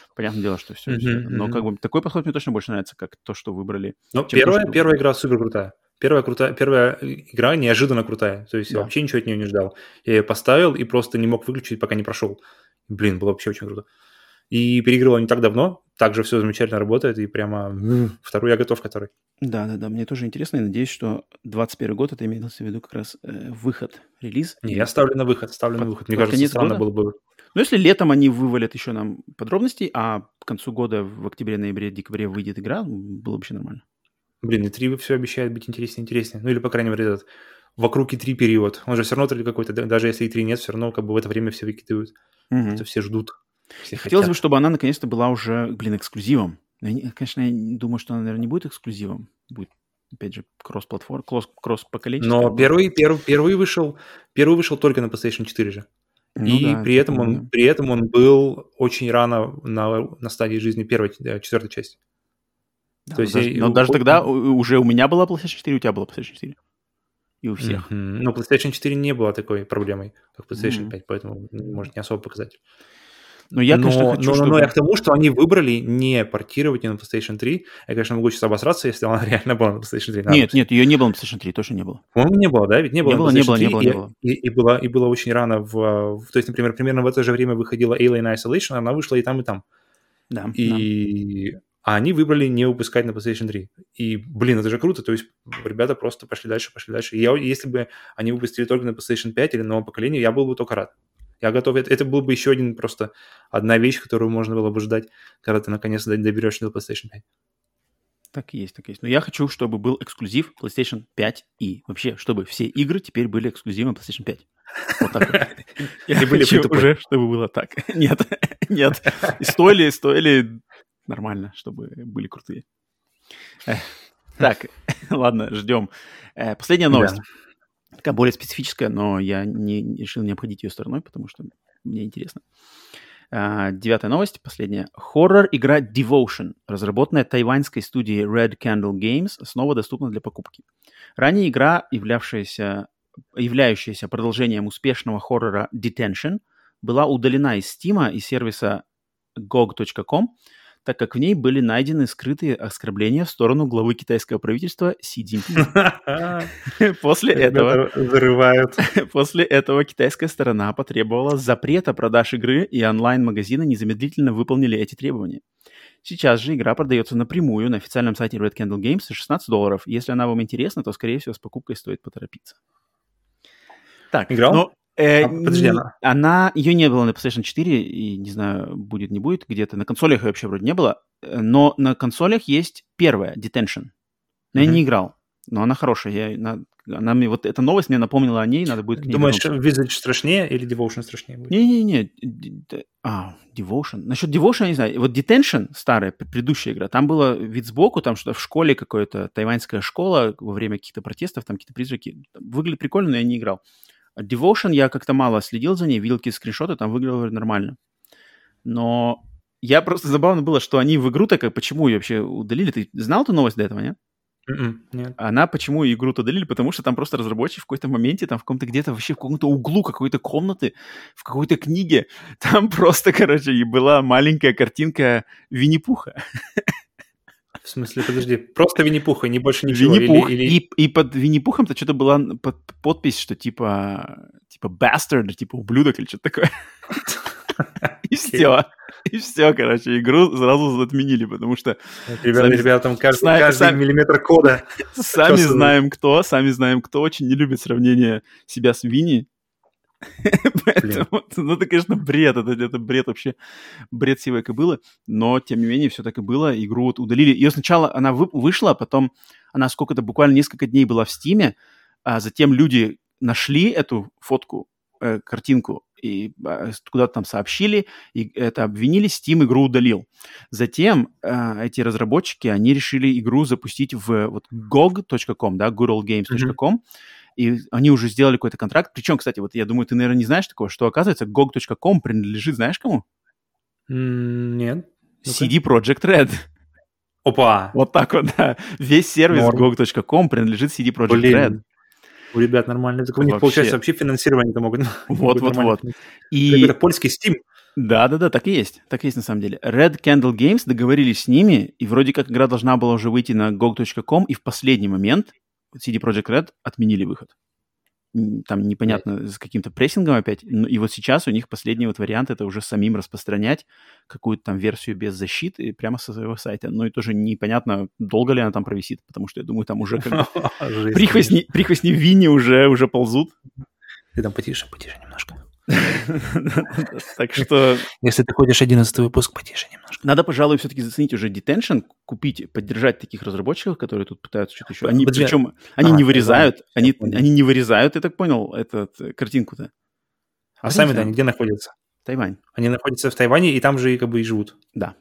Но как бы такой подход мне точно больше нравится, как то, что выбрали. Ну, первая игра супер крутая. Первая игра неожиданно крутая. То есть я вообще ничего от нее не ждал. Я ее поставил и просто не мог выключить, пока не прошел. Блин, было вообще очень круто. И переигрывал не так давно. Также все замечательно работает. И прямо вторую я готов, который. Да. Мне тоже интересно. И надеюсь, что 21 год, это имеется в виду как раз выход, релиз. Не, я ставлю на выход. Мне кажется, странно было бы... Ну, если летом они вывалят еще нам подробностей, а к концу года в октябре, ноябре, декабре выйдет игра, было бы вообще нормально. Блин, и 3 все обещает быть интереснее. Ну, или, по крайней мере, этот вокруг E3 период. Он же все равно какой-то, даже если E3 нет, все равно как бы в это время все выкидывают. Это все ждут. Хотелось бы, чтобы она наконец-то была уже, эксклюзивом. Конечно, я думаю, что она, наверное, не будет эксклюзивом. Будет, опять же, кросс-платформ, кросс-поколенческий. Но первый вышел только на PlayStation 4 же. При этом он был очень рано на стадии жизни четвертой части. Да, то есть даже тогда уже у меня была PlayStation 4, у тебя была PlayStation 4. И у всех. Но PlayStation 4 не было такой проблемой, как PlayStation 5, поэтому, может, не особо показатель. Но я к тому, что они выбрали не портировать ее на PlayStation 3. Я, конечно, могу сейчас обосраться, если она реально была на PlayStation 3. Нет, ее не было на PlayStation 3, точно не было. По-моему, не было, да? Ведь не было. Не было. И было очень рано. То есть, например, примерно в это же время выходила Alien Isolation, она вышла и там, и там. Да. А они выбрали не выпускать на PlayStation 3. И, блин, это же круто. То есть ребята просто пошли дальше. Если бы они выпустили только на PlayStation 5 или новое поколение, я был бы только рад. Я готов. Это был бы еще одна вещь, которую можно было бы ждать, когда ты наконец-то доберешься до PlayStation 5. Так и есть. Но я хочу, чтобы был эксклюзив PlayStation 5 и вообще, чтобы все игры теперь были эксклюзивом PlayStation 5. Вот так вот. Я хочу уже, чтобы было так. Нет. И стоили нормально, чтобы были крутые. Так, ладно, ждем. Последняя новость. Такая более специфическая, но я решил не обходить ее стороной, потому что мне интересно. 9-я новость, последняя. Хоррор-игра Devotion, разработанная тайваньской студией Red Candle Games, снова доступна для покупки. Ранее игра, являющаяся продолжением успешного хоррора Detention, была удалена из Steam и сервиса GOG.com, так как в ней были найдены скрытые оскорбления в сторону главы китайского правительства Си Цзиньпина. После этого китайская сторона потребовала запрета продаж игры, и онлайн-магазины незамедлительно выполнили эти требования. Сейчас же игра продается напрямую на официальном сайте Red Candle Games за $16. Если она вам интересна, то, скорее всего, с покупкой стоит поторопиться. Так, играл? Подожди, ее не было на PlayStation 4, и не знаю, будет, не будет, где-то на консолях ее вообще вроде не было, но на консолях есть первая, Detention. Но я не играл, но она хорошая. Вот эта новость мне напомнила о ней, надо будет к ней вернуться. Думаешь, Visage страшнее или Devotion страшнее будет? Не. Devotion. Насчет Devotion я не знаю. Вот Detention, старая, предыдущая игра, там было вид сбоку, там что-то в школе какая-то тайваньская школа во время каких-то протестов, там какие-то призраки. Выглядит прикольно, но я не играл. Devotion я как-то мало следил за ней, видел какие-то скриншоты, там выглядело нормально. Но я просто забавно было, что они в игру так, почему ее вообще удалили? Ты знал эту новость до этого, нет? Нет. Она почему игру-то удалили? Потому что там просто разработчик в какой-то моменте, там в каком-то где-то вообще в каком-то углу какой-то комнаты, в какой-то книге, там просто, и была маленькая картинка Винни-Пуха. В смысле, подожди, просто Винни-Пух, и не больше ничего? Винни-Пух, и под Винни-Пухом-то что-то была подпись, что типа bastard, типа ублюдок или что-то такое. И все. И все, короче, игру сразу отменили, потому что... Ребята, там каждый миллиметр кода. Сами знаем, кто очень не любит сравнение себя с Винни. Поэтому, ну, это, конечно, бред. Это бред вообще. Бред сивой кобылы. Но, тем не менее, все так и было. Игру вот удалили. Ее сначала она вышла, потом она сколько-то, буквально несколько дней была в Стиме, а затем люди нашли эту фотку, картинку, и куда-то там сообщили, и это обвинили, Steam игру удалил. Затем эти разработчики, они решили игру запустить в вот GOG.com, да, goodoldgames.com, и они уже сделали какой-то контракт. Причем, кстати, вот я думаю, ты, наверное, не знаешь такого, что, оказывается, GOG.com принадлежит, знаешь кому? Нет. CD Projekt Red. Опа! Вот так вот, да. Весь сервис GOG.com принадлежит CD Projekt Red. У ребят нормально. Так у них, получается, вообще финансирование-то могут. Вот. И это польский Steam. Да, так и есть. Так и есть на самом деле. Red Candle Games договорились с ними, и вроде как игра должна была уже выйти на GOG.com, и в последний момент CD Projekt Red отменили выход. Там непонятно, с каким-то прессингом опять. И вот сейчас у них последний вот вариант — это уже самим распространять какую-то там версию без защиты прямо со своего сайта. Ну и тоже непонятно, долго ли она там провисит, потому что я думаю, там уже как бы прихвостни Винни уже ползут. Ты там потише немножко. Так что... Если ты ходишь 11-й выпуск, потише немножко. Надо, пожалуй, все-таки заценить уже Detention, купить, поддержать таких разработчиков, которые тут пытаются что-то еще. Они, причем, они не вырезают, они не вырезают, я так понял, картинку-то. А сами-то они где находятся? Тайвань. Они находятся в Тайване, и там же как бы и живут. Да.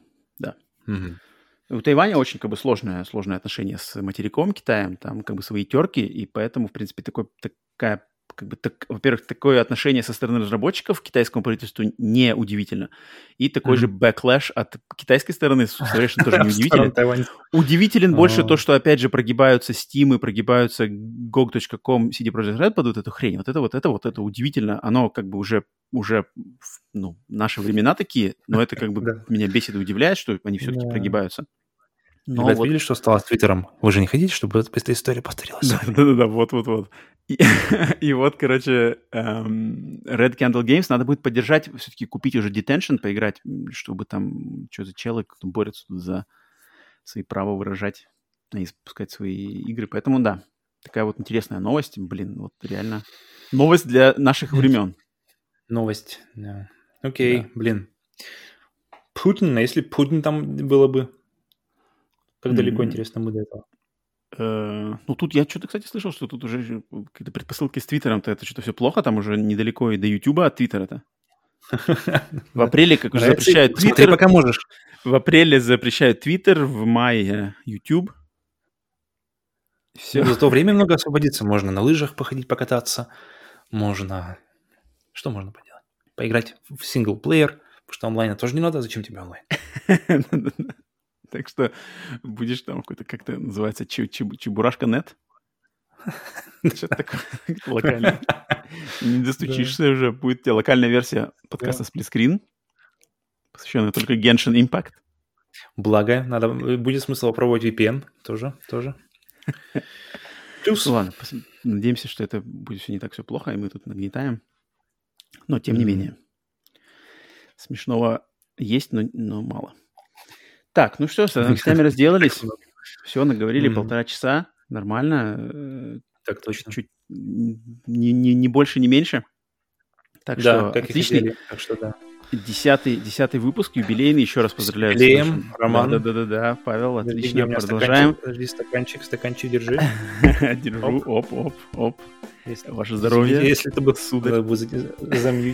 У Тайваня очень как бы сложное отношение с материком Китаем, там как бы свои терки, и поэтому, в принципе, во-первых, такое отношение со стороны разработчиков к китайскому правительству неудивительно. И такой же бэклэш от китайской стороны совершенно тоже неудивителен. Удивителен больше то, что, опять же, прогибаются Steam и прогибаются GOG.com, CD Projekt Red под вот эту хрень. Вот это удивительно. Оно как бы уже наши времена такие, но это как бы меня бесит и удивляет, что они все-таки прогибаются. Но ребят, видели, что стало с Твиттером? Вы же не хотите, чтобы эта история повторилась? Да, вот. И вот, короче, Red Candle Games надо будет поддержать, все-таки купить уже Detention, поиграть, чтобы там, что за челы, кто борется за свои права выражать и запускать свои игры. Поэтому, да, такая вот интересная новость. Блин, вот реально новость для наших времен. Новость, да. Окей, блин. Путин, а если Путин там было бы? Как далеко, интересно, мы до этого? Ну, тут я что-то, кстати, слышал, что тут уже какие-то предпосылки с Твиттером-то, это что-то все плохо, там уже недалеко и до Ютуба от Твиттера-то. В апреле, как уже запрещают Твиттер... пока можешь. В апреле запрещают Твиттер, в мае Ютуб. Все. Зато время много освободится. Можно на лыжах походить, покататься. Можно... Что можно поделать? Поиграть в синглплеер, потому что онлайна тоже не надо. Зачем тебе онлайн? Так что будешь там какой-то, как это называется, Чебурашка.нет? Что-то такое локальное. Не достучишься уже. Будет у тебя локальная версия подкаста «Сплитскрин», посвященная только Genshin Impact. Благо, будет смысл попробовать VPN тоже. Плюс. Ладно, надеемся, что это будет все не так все плохо, и мы тут нагнетаем. Но тем не менее. Смешного есть, но мало. Так, ну что, с новостями разделались. Все, наговорили 1,5 часа. Нормально. Так точно. Чуть не больше, не меньше. Так да, что как отличный. Так что да. 10-й выпуск, юбилейный. Еще раз поздравляю. Юбилеем, Роман. Да, Павел, отлично. Продолжаем. Стаканчик держи. Держу. Оп. Ваше здоровье. Если это был сударь. Замьють.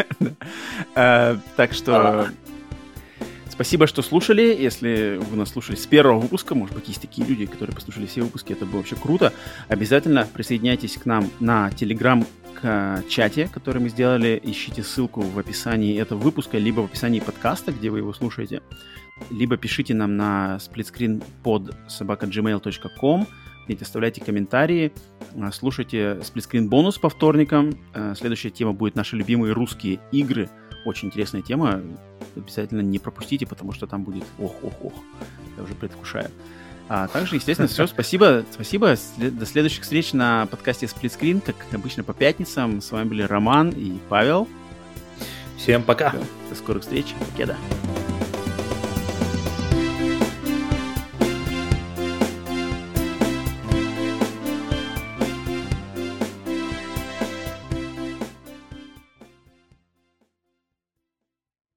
Так что... Спасибо, что слушали. Если вы нас слушали с первого выпуска, может быть, есть такие люди, которые послушали все выпуски, это было вообще круто. Обязательно присоединяйтесь к нам на Telegram-чате, который мы сделали. Ищите ссылку в описании этого выпуска, либо в описании подкаста, где вы его слушаете. Либо пишите нам на splitscreen@gmail.com, где оставляйте комментарии. Слушайте Splitscreen бонус по вторникам. Следующая тема будет наши любимые русские игры. Очень интересная тема. обязательно не пропустите, потому что там будет ох-ох-ох. Я уже предвкушаю. Также, естественно, все, спасибо. До следующих встреч на подкасте Split Screen, как обычно, по пятницам. С вами были Роман и Павел. Всем пока. До скорых встреч. Покеда.